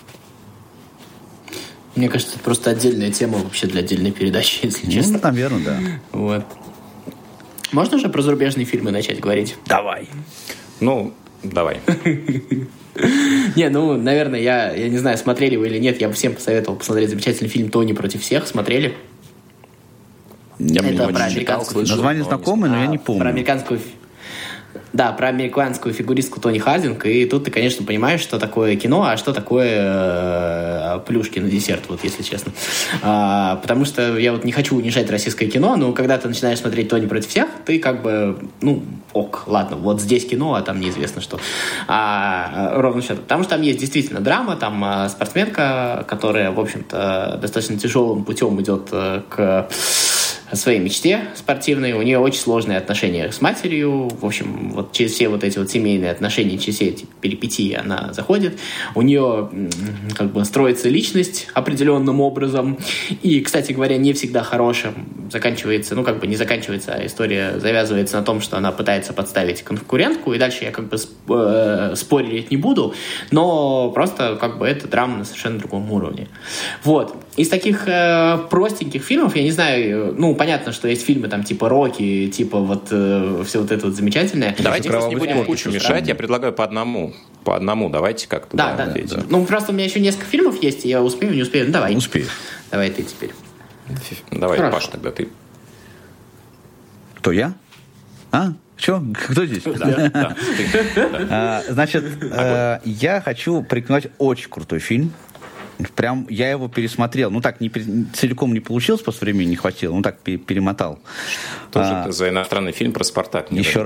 Мне кажется, это просто отдельная тема вообще для отдельной передачи, если честно. Ну, наверное, да. Вот. Можно же про зарубежные фильмы начать говорить? Давай. Ну, давай. Не, ну, наверное, я, я не знаю, смотрели вы или нет, я бы всем посоветовал посмотреть замечательный фильм «Тони против всех». Смотрели? Я это не про читал, американскую... слышал, Название знакомое, но я не помню. Про американскую... Да, про американскую фигуристку Тони Хардинг. И тут ты, конечно, понимаешь, что такое кино, а что такое э, плюшки на десерт, вот если честно. А, потому что я вот не хочу унижать российское кино, но когда ты начинаешь смотреть «Тони против всех», ты как бы, ну, ок, ладно, вот здесь кино, а там неизвестно что. А, ровно счет. Потому что там есть действительно драма, там спортсменка, которая, в общем-то, достаточно тяжелым путем идет к своей мечте спортивной. У нее очень сложные отношения с матерью. В общем, вот через все вот эти вот семейные отношения, через все эти перипетии она заходит. У нее как бы строится личность определенным образом. И, кстати говоря, не всегда хорошим. Заканчивается, ну как бы не заканчивается, а история завязывается на том, что она пытается подставить конкурентку. И дальше я как бы э, спорить не буду. Но просто как бы это драма на совершенно другом уровне. Вот. Из таких э, простеньких фильмов, я не знаю, ну, понятно, что есть фильмы там типа «Рокки», типа вот э, все вот это вот замечательное. Давайте просто не будем кучу мешать, я предлагаю по одному. По одному, давайте как-то. Да, да, да, да. Ну, просто у меня еще несколько фильмов есть, и я успею, не успею. Ну, давай. Успею. Давай ты теперь. Давай, Хорошо. Паш, тогда ты. Кто, я? А? Что? Кто здесь? Да, да, ты. А, значит, э, я хочу порекомендовать очень крутой фильм. Прям я его пересмотрел. Ну так, не, целиком не получилось, просто времени не хватило. Ну так, перемотал. Тоже а, это за иностранный фильм про «Спартак». Еще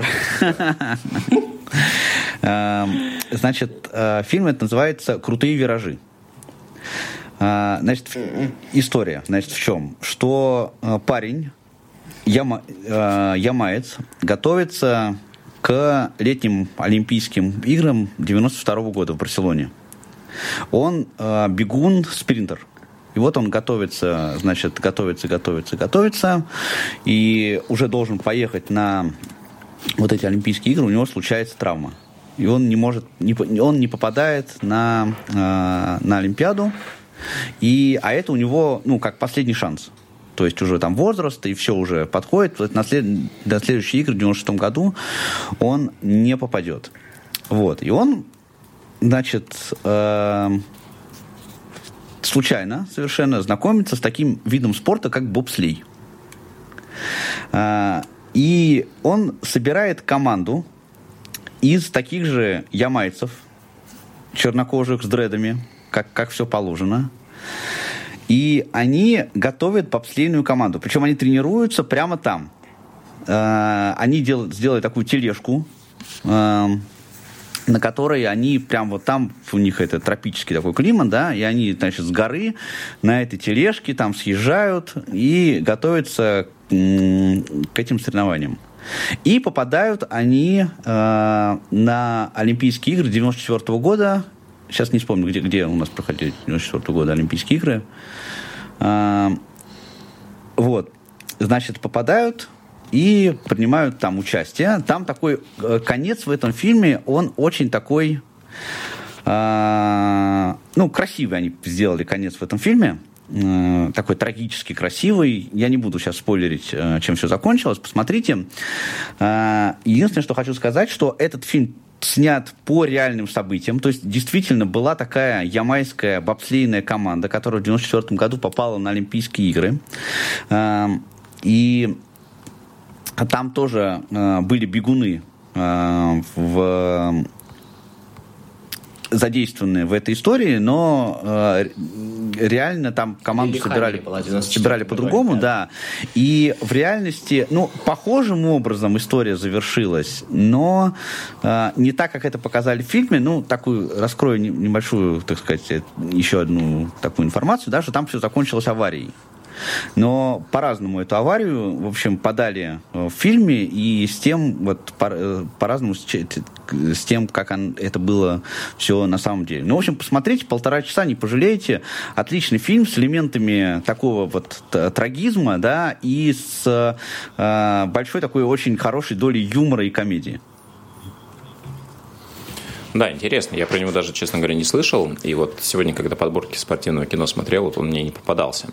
раз. Значит, фильм это называется «Крутые виражи». Значит, история, значит, в чем? Что парень, яма, ямаец, готовится к летним Олимпийским играм девяносто второго года в Барселоне. Он э, бегун, спринтер. И вот он готовится, значит, готовится, готовится, готовится. И уже должен поехать на вот эти Олимпийские игры. У него случается травма. И он не может, не, он не попадает на, э, на Олимпиаду. И, а это у него, ну, как последний шанс. То есть уже там возраст, и все уже подходит. На след... До следующей игры в девяносто шестом году он не попадет. Вот. И он, значит, э... случайно совершенно знакомится с таким видом спорта, как бобслей. Э... И он собирает команду из таких же ямайцев, чернокожих с дредами, как, как все положено. И они готовят бобслейную команду. Причем они тренируются прямо там. Э, они делают, сделали такую тележку, э, на которой они прям вот там, у них это тропический такой климат, да, и они, значит, с горы на этой тележке там съезжают и готовятся к, к этим соревнованиям. И попадают они э, на Олимпийские игры девяносто четвёртого года. Сейчас не вспомню, где, где у нас проходили девяносто четвёртого года Олимпийские игры. Э, вот. Значит, попадают и принимают там участие. Там такой э, конец в этом фильме, он очень такой... Э, ну, красивый они сделали конец в этом фильме. Такой трагически красивый. Я не буду сейчас спойлерить, чем все закончилось. Посмотрите. Единственное, что хочу сказать, что этот фильм снят по реальным событиям. То есть, действительно, была такая ямайская бобслейная команда, которая в девяносто четвёртом году попала на Олимпийские игры. И там тоже были бегуны в... задействованы в этой истории, но э, реально там команду Лили собирали, собирали по-другому, да. да. И в реальности, ну, похожим образом история завершилась, но э, не так, как это показали в фильме. Ну, такую, раскрою небольшую, так сказать, еще одну такую информацию, да, что там все закончилось аварией. Но по-разному эту аварию, в общем, подали в фильме, и с тем, вот, по- по-разному, с, с тем, как он, это было все на самом деле. Ну, в общем, посмотрите, полтора часа, не пожалеете. Отличный фильм с элементами такого вот трагизма, да, и с э, большой такой очень хорошей долей юмора и комедии. Да, интересно. Я про него даже, честно говоря, не слышал. И вот сегодня, когда подборки спортивного кино смотрел, вот он мне не попадался.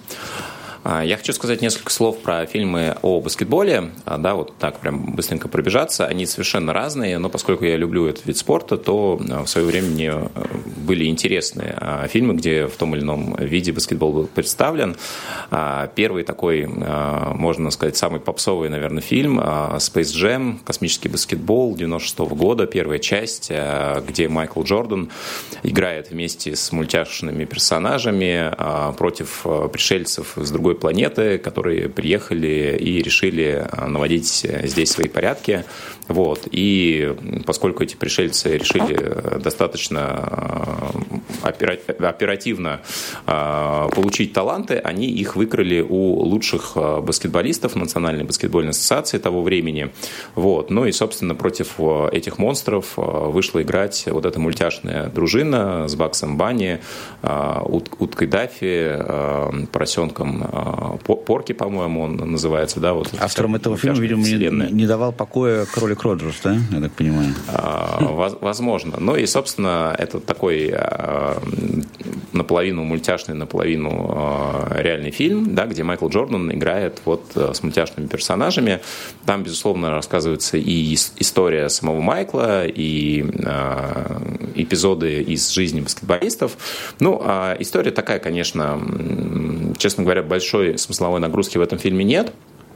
Я хочу сказать несколько слов про фильмы о баскетболе, да, вот так прям быстренько пробежаться. Они совершенно разные, но поскольку я люблю этот вид спорта, то в свое время мне были интересны фильмы, где в том или ином виде баскетбол был представлен. Первый такой, можно сказать, самый попсовый, наверное, фильм Space Jam, космический баскетбол девяносто шестого года, первая часть, где Майкл Джордан играет вместе с мультяшными персонажами против пришельцев с другой планеты, которые приехали и решили наводить здесь свои порядки. Вот. И поскольку эти пришельцы решили достаточно оперативно получить таланты, они их выкрали у лучших баскетболистов Национальной баскетбольной ассоциации того времени. Вот. Ну и, собственно, против этих монстров вышла играть вот эта мультяшная дружина с Баксом Банни, уткой Даффи, поросенком Порки, по-моему, он называется, да, вот. Автором этого фильма, видимо, не, не давал покоя кролик Роджерс, да, я так понимаю. А, возможно. Ну и, собственно, это такой а, наполовину мультяшный, наполовину а, реальный фильм, да, где Майкл Джордан играет вот с мультяшными персонажами. Там, безусловно, рассказывается и история самого Майкла, и а, эпизоды из жизни баскетболистов. Ну, а история такая, конечно, честно говоря, большой смысловой нагрузки в этом фильме нет.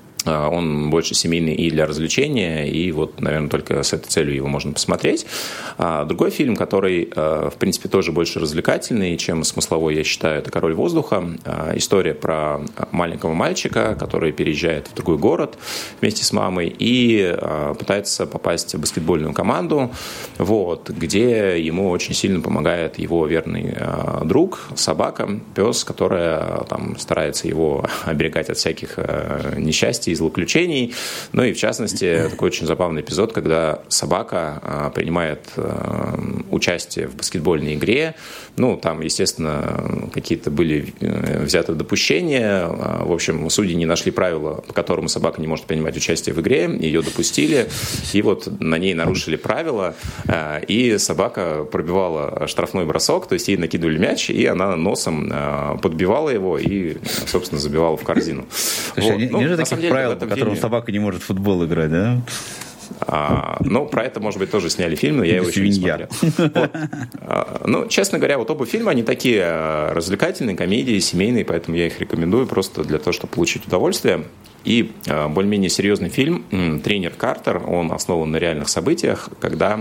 Он больше семейный и для развлечения, и вот, наверное, только с этой целью его можно посмотреть. Другой фильм, который, в принципе, тоже больше развлекательный, чем смысловой, я считаю, это «Король воздуха». История про маленького мальчика, который переезжает в другой город вместе с мамой и пытается попасть в баскетбольную команду, вот, где ему очень сильно помогает его верный друг, собака, пес, которая там старается его оберегать от всяких несчастий злоключений. Ну и, в частности, такой очень забавный эпизод, когда собака принимает участие в баскетбольной игре. Ну, там, естественно, какие-то были взяты допущения. В общем, судьи не нашли правила, по которому собака не может принимать участие в игре. Ее допустили. И вот на ней нарушили правила. И собака пробивала штрафной бросок. То есть ей накидывали мяч, и она носом подбивала его и, собственно, забивала в корзину. Слушай, вот. не, ну, не же таких деле, правил, по которым деле... собака не может в футбол играть, да? А, ну, про это, может быть, тоже сняли фильм, но я его еще не смотрел. Вот. А, ну, честно говоря, вот оба фильма, они такие развлекательные, комедии, семейные, поэтому я их рекомендую просто для того, чтобы получить удовольствие. И а, более-менее серьезный фильм «Тренер Картер», он основан на реальных событиях, когда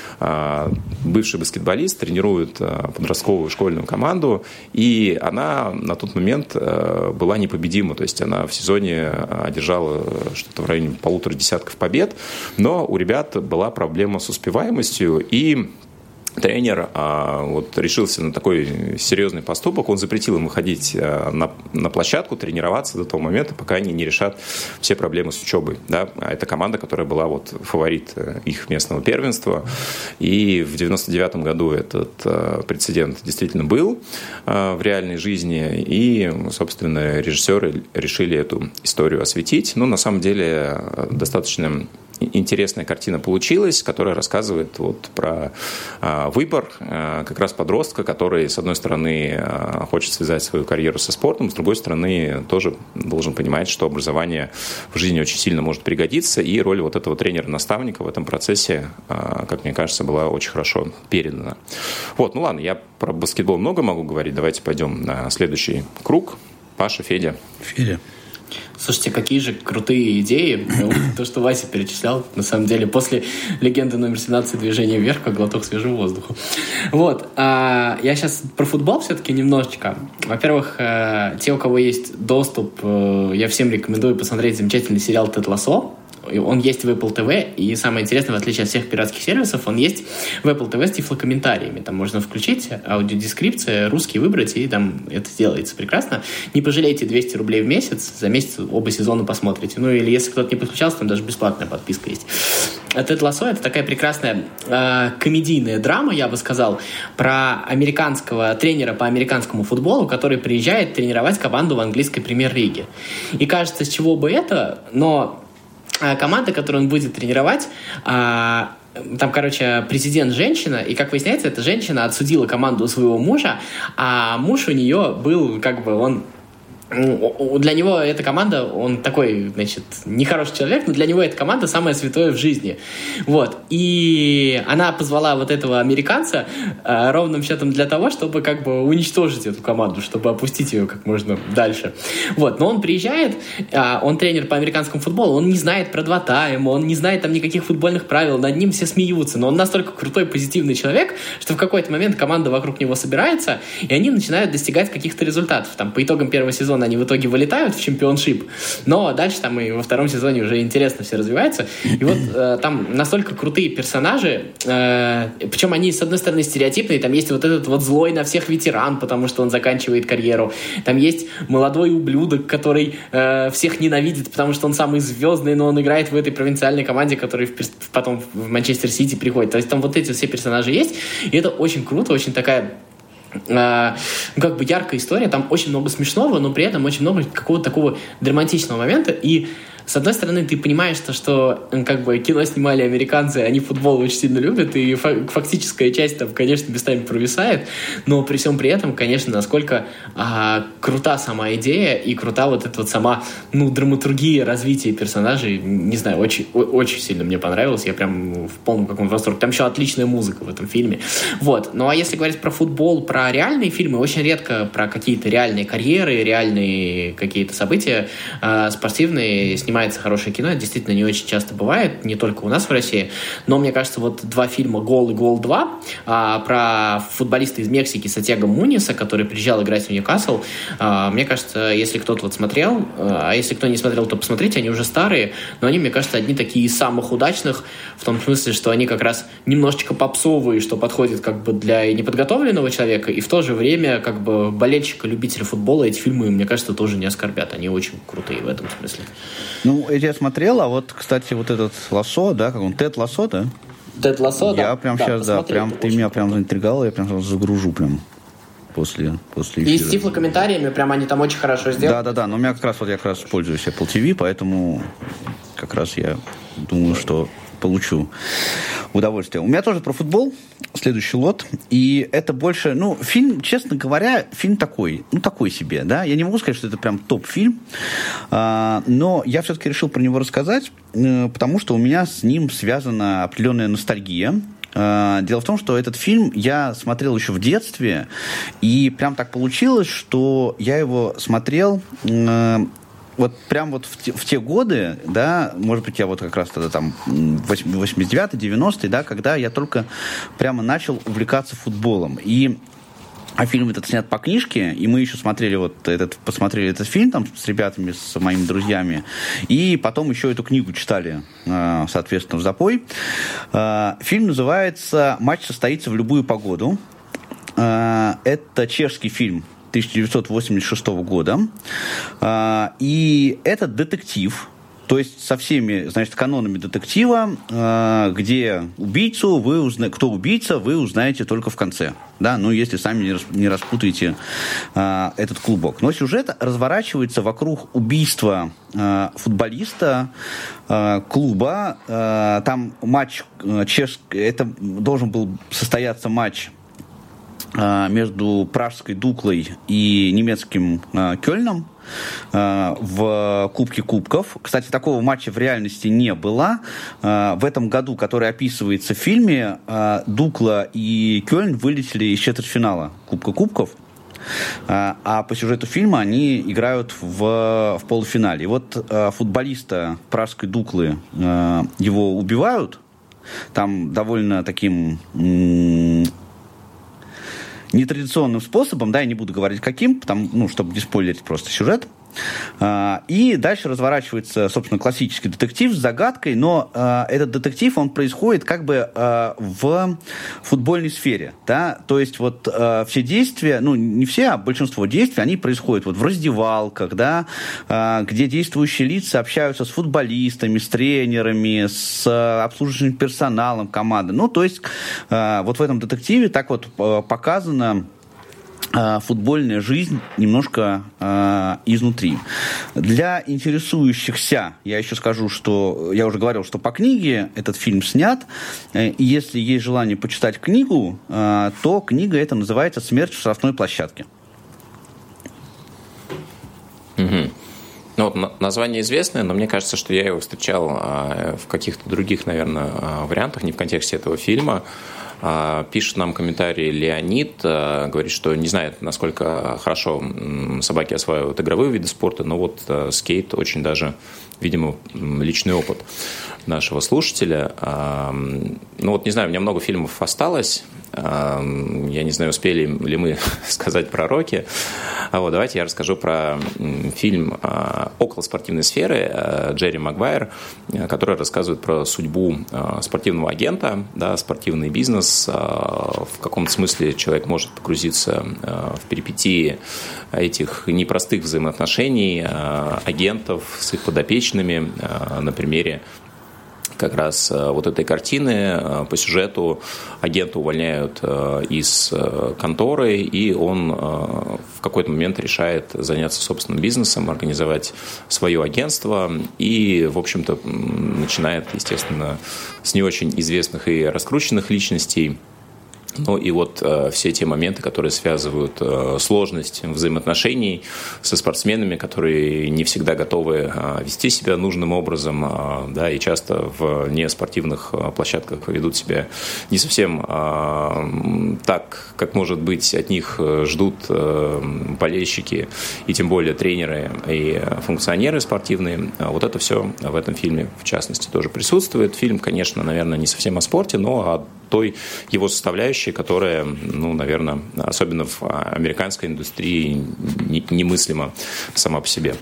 бывший баскетболист тренирует подростковую школьную команду, и она на тот момент была непобедима, то есть она в сезоне одержала что-то в районе полутора десятков побед, но у ребят была проблема с успеваемостью, и тренер а, вот, решился на такой серьезный поступок. Он запретил им выходить а, на, на площадку, тренироваться до того момента, пока они не решат все проблемы с учебой. Да? А это команда, которая была вот, фаворит их местного первенства. И в девяносто девятом году этот а, прецедент действительно был а, в реальной жизни. И, собственно, режиссеры решили эту историю осветить. Ну, на самом деле, достаточно интересная картина получилась, которая рассказывает вот про а, выбор а, как раз подростка, который, с одной стороны, а, хочет связать свою карьеру со спортом, с другой стороны, тоже должен понимать, что образование в жизни очень сильно может пригодиться, и роль вот этого тренера-наставника в этом процессе, а, как мне кажется, была очень хорошо передана. Вот, ну ладно, я про баскетбол много могу говорить, давайте пойдем на следующий круг. Паша, Федя. Федя. Слушайте, какие же крутые идеи. То, что Вася перечислял, на самом деле, после легенды номер семнадцать «Движение вверх», как глоток свежего воздуха. Вот. А я сейчас про футбол все-таки немножечко. Во-первых, те, у кого есть доступ, я всем рекомендую посмотреть замечательный сериал «Тед Лассо». Он есть в Apple ти ви, и самое интересное, в отличие от всех пиратских сервисов, он есть в Apple ти ви с тифлокомментариями. Там можно включить аудиодескрипцию, русский выбрать, и там это делается прекрасно. Не пожалейте двести рублей в месяц, за месяц оба сезона посмотрите. Ну, или если кто-то не подключался, там даже бесплатная подписка есть. «Тед Лассо» — это такая прекрасная э, комедийная драма, я бы сказал, про американского тренера по американскому футболу, который приезжает тренировать команду в английской премьер-лиге. И кажется, с чего бы это, но команда, которую он будет тренировать, там, короче, президент женщина, и, как выясняется, эта женщина отсудила команду у своего мужа, а муж у нее был, как бы, он... Для него эта команда, он такой, значит, нехороший человек, но для него эта команда самое святое в жизни. Вот. И она позвала вот этого американца э, ровным счетом для того, чтобы как бы уничтожить эту команду, чтобы опустить ее как можно дальше. Вот. Но он приезжает, э, он тренер по американскому футболу, он не знает про два тайма, он не знает там никаких футбольных правил, над ним все смеются, но он настолько крутой, позитивный человек, что в какой-то момент команда вокруг него собирается, и они начинают достигать каких-то результатов. Там, по итогам первого сезона они в итоге вылетают в чемпионшип, но дальше там и во втором сезоне уже интересно все развивается. И вот э, там настолько крутые персонажи, э, причем они, с одной стороны, стереотипные, там есть вот этот вот злой на всех ветеран, потому что он заканчивает карьеру, там есть молодой ублюдок, который э, всех ненавидит, потому что он самый звездный, но он играет в этой провинциальной команде, который в, потом в Манчестер Сити приходит. То есть там вот эти все персонажи есть, и это очень круто, очень такая Uh, как бы яркая история, там очень много смешного, но при этом очень много какого-то такого драматичного момента, и с одной стороны, ты понимаешь, что, что как бы кино снимали американцы, они футбол очень сильно любят, и фактическая часть там, конечно, местами провисает, но при всем при этом, конечно, насколько а, крута сама идея и крута вот эта вот сама, ну, драматургия развития персонажей, не знаю, очень, очень сильно мне понравилось, я прям в полном каком-то восторге. Там еще отличная музыка в этом фильме. Вот. Ну, а если говорить про футбол, про реальные фильмы, очень редко про какие-то реальные карьеры, реальные какие-то события а, спортивные снимаются. Снимается хорошее кино, это действительно не очень часто бывает, не только у нас в России, но мне кажется, вот два фильма «Гол» и «Гол два» а, про футболиста из Мексики Сантьяго Муниса, который приезжал играть в Ньюкасл, а, мне кажется, если кто-то вот смотрел, а если кто не смотрел, то посмотрите, они уже старые, но они, мне кажется, одни такие из самых удачных, в том смысле, что они как раз немножечко попсовые, что подходит как бы для неподготовленного человека, и в то же время как бы болельщика, любителя футбола эти фильмы, мне кажется, тоже не оскорбят, они очень крутые в этом смысле. Ну, эти я смотрел, а вот, кстати, вот этот Лассо, да, как он, Тед Лассо, да? Тед Лассо, да? Я прям да, сейчас, да, прям ты меня прям заинтриговал, я прям сразу загружу прям после, после эфира. И с тифлокомментариями, прям они там очень хорошо сделаны. Да-да-да, но у меня как раз, вот я как раз пользуюсь Apple ти ви, поэтому как раз я думаю, что получу удовольствие. У меня тоже про футбол следующий лот, и это больше, ну, фильм, честно говоря, фильм такой, ну, такой себе, да, я не могу сказать, что это прям топ-фильм, а, но я все-таки решил про него рассказать, потому что у меня с ним связана определенная ностальгия. Дело в том, что этот фильм я смотрел еще в детстве, и прям так получилось, что я его смотрел вот прям вот в те, в те годы, да, может быть, я вот как раз тогда там восемьдесят девятый, девяностый, да, когда я только прямо начал увлекаться футболом. И а фильм этот снят по книжке, и мы еще смотрели вот этот, посмотрели этот фильм там с ребятами, с моими друзьями, и потом еще эту книгу читали, соответственно, в запой. Фильм называется «Матч состоится в любую погоду». Это чешский фильм тысяча девятьсот восемьдесят шестого года. И это детектив, то есть со всеми, значит, канонами детектива, где убийцу вы узна... кто убийца, вы узнаете только в конце. Да, ну, если сами не, рас... не распутаете а, этот клубок. Но сюжет разворачивается вокруг убийства а, футболиста а, клуба. А, там матч чешский, это должен был состояться матч между пражской Дуклой и немецким э, Кёльном э, в Кубке Кубков. Кстати, такого матча в реальности не было. Э, в этом году, который описывается в фильме, э, Дукла и Кёльн вылетели из четвертьфинала Кубка Кубков. Э, а по сюжету фильма они играют в, в полуфинале. И вот э, футболиста пражской Дуклы э, его убивают. Там довольно таким... М- нетрадиционным способом, да, я не буду говорить каким, потому, ну, чтобы не спойлерить просто сюжет. И дальше разворачивается, собственно, классический детектив с загадкой, но этот детектив, он происходит как бы в футбольной сфере, да, то есть вот все действия, ну, не все, а большинство действий, они происходят вот в раздевалках, да, где действующие лица общаются с футболистами, с тренерами, с обслуживающим персоналом команды, ну, то есть вот в этом детективе так вот показано футбольная жизнь немножко э, изнутри. Для интересующихся, я еще скажу, что я уже говорил, что по книге этот фильм снят. Э, и если есть желание почитать книгу, э, то книга эта называется «Смерть в штрафной площадке». Угу. Ну, вот название известное, но мне кажется, что я его встречал э, в каких-то других, наверное, э, вариантах, не в контексте этого фильма. Пишет нам комментарий Леонид, говорит, что не знает, насколько хорошо собаки осваивают игровые виды спорта, но вот скейт очень даже, видимо, личный опыт нашего слушателя. Ну вот, не знаю, у меня много фильмов осталось, я не знаю, успели ли мы сказать про «Рокки». Вот, давайте я расскажу про фильм около спортивной сферы Джерри Магуайр, который рассказывает про судьбу спортивного агента, да, спортивный бизнес. В каком-то смысле человек может погрузиться в перипетии этих непростых взаимоотношений агентов с их подопечными на примере как раз вот этой картины. По сюжету агента увольняют из конторы, и он в какой-то момент решает заняться собственным бизнесом, организовать свое агентство, и, в общем-то, начинает, естественно, с не очень известных и раскрученных личностей. Ну и вот э, все те моменты, которые связывают э, сложность взаимоотношений со спортсменами, которые не всегда готовы э, вести себя нужным образом, э, да, и часто в неспортивных э, площадках ведут себя не совсем э, так, как, может быть, от них ждут э, болельщики, и тем более тренеры и функционеры спортивные. Вот это все в этом фильме, в частности, тоже присутствует. Фильм, конечно, наверное, не совсем о спорте, но о той его составляющей, которая, ну, наверное, особенно в американской индустрии немыслима сама по себе.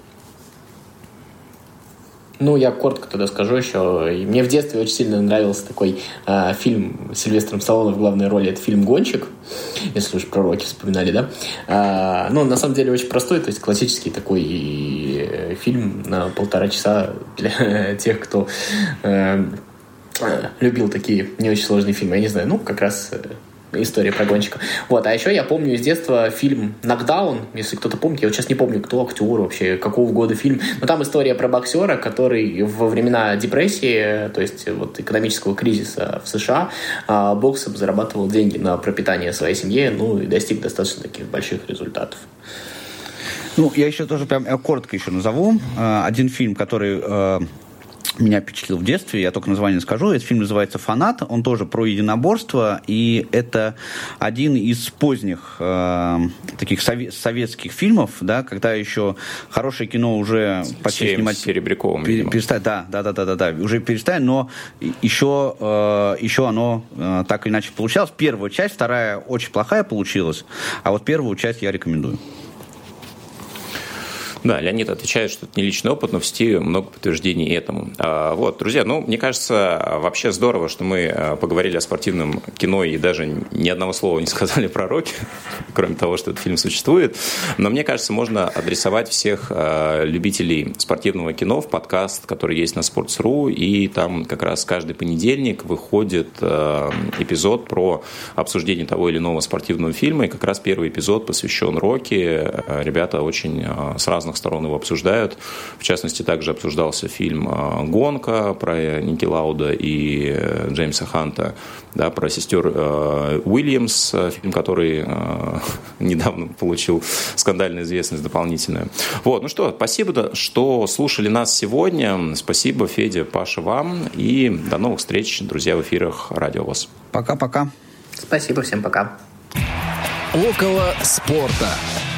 Ну, я коротко тогда скажу еще. Мне в детстве очень сильно нравился такой э, фильм с Сильвестром Сталлоне в главной роли. Это фильм «Гонщик», если уж про «Рокки» вспоминали, да? Э, ну, на самом деле, очень простой, то есть классический такой посмотрите фильм на полтора часа для тех, кто э, любил такие не очень сложные фильмы. Я не знаю, ну, как раз... история про гонщика. Вот. А еще я помню из детства фильм «Нокдаун», если кто-то помнит, я вот сейчас не помню, кто актер вообще, какого года фильм, но там история про боксера, который во времена депрессии, то есть вот экономического кризиса в США, боксом зарабатывал деньги на пропитание своей семьи, ну и достиг достаточно таких больших результатов. Ну, я еще тоже прям коротко еще назову. Один фильм, который... меня впечатлил в детстве, я только название скажу. Этот фильм называется «Фанат», он тоже про единоборство, и это один из поздних э, таких сове- советских фильмов, да, когда еще хорошее кино уже почти Сереб- снимать... Серебряковым, пер- перестали, да, да, да, да, да, да, уже перестали, но еще, э, еще оно э, так или иначе получалось. Первая часть, вторая очень плохая получилась, а вот первую часть я рекомендую. Да, Леонид отвечает, что это не личный опыт, но в Стиве много подтверждений этому. А, вот, друзья, ну, мне кажется, вообще здорово, что мы поговорили о спортивном кино и даже ни одного слова не сказали про Рокки, кроме того, что этот фильм существует. Но мне кажется, можно адресовать всех а, любителей спортивного кино в подкаст, который есть на Sports точка ру, и там как раз каждый понедельник выходит а, эпизод про обсуждение того или иного спортивного фильма, и как раз первый эпизод посвящен Рокки. Ребята очень а, с разных сторон его обсуждают. В частности, также обсуждался фильм «Гонка» про Ники Лауда и Джеймса Ханта, да, про сестер э, Уильямс, фильм, который э, недавно получил скандальную известность дополнительную. Вот, ну что, спасибо, что слушали нас сегодня. Спасибо, Федя, Паша, вам. И до новых встреч, друзья, в эфирах Радио ВОС. Пока-пока. Спасибо, всем пока. Около спорта.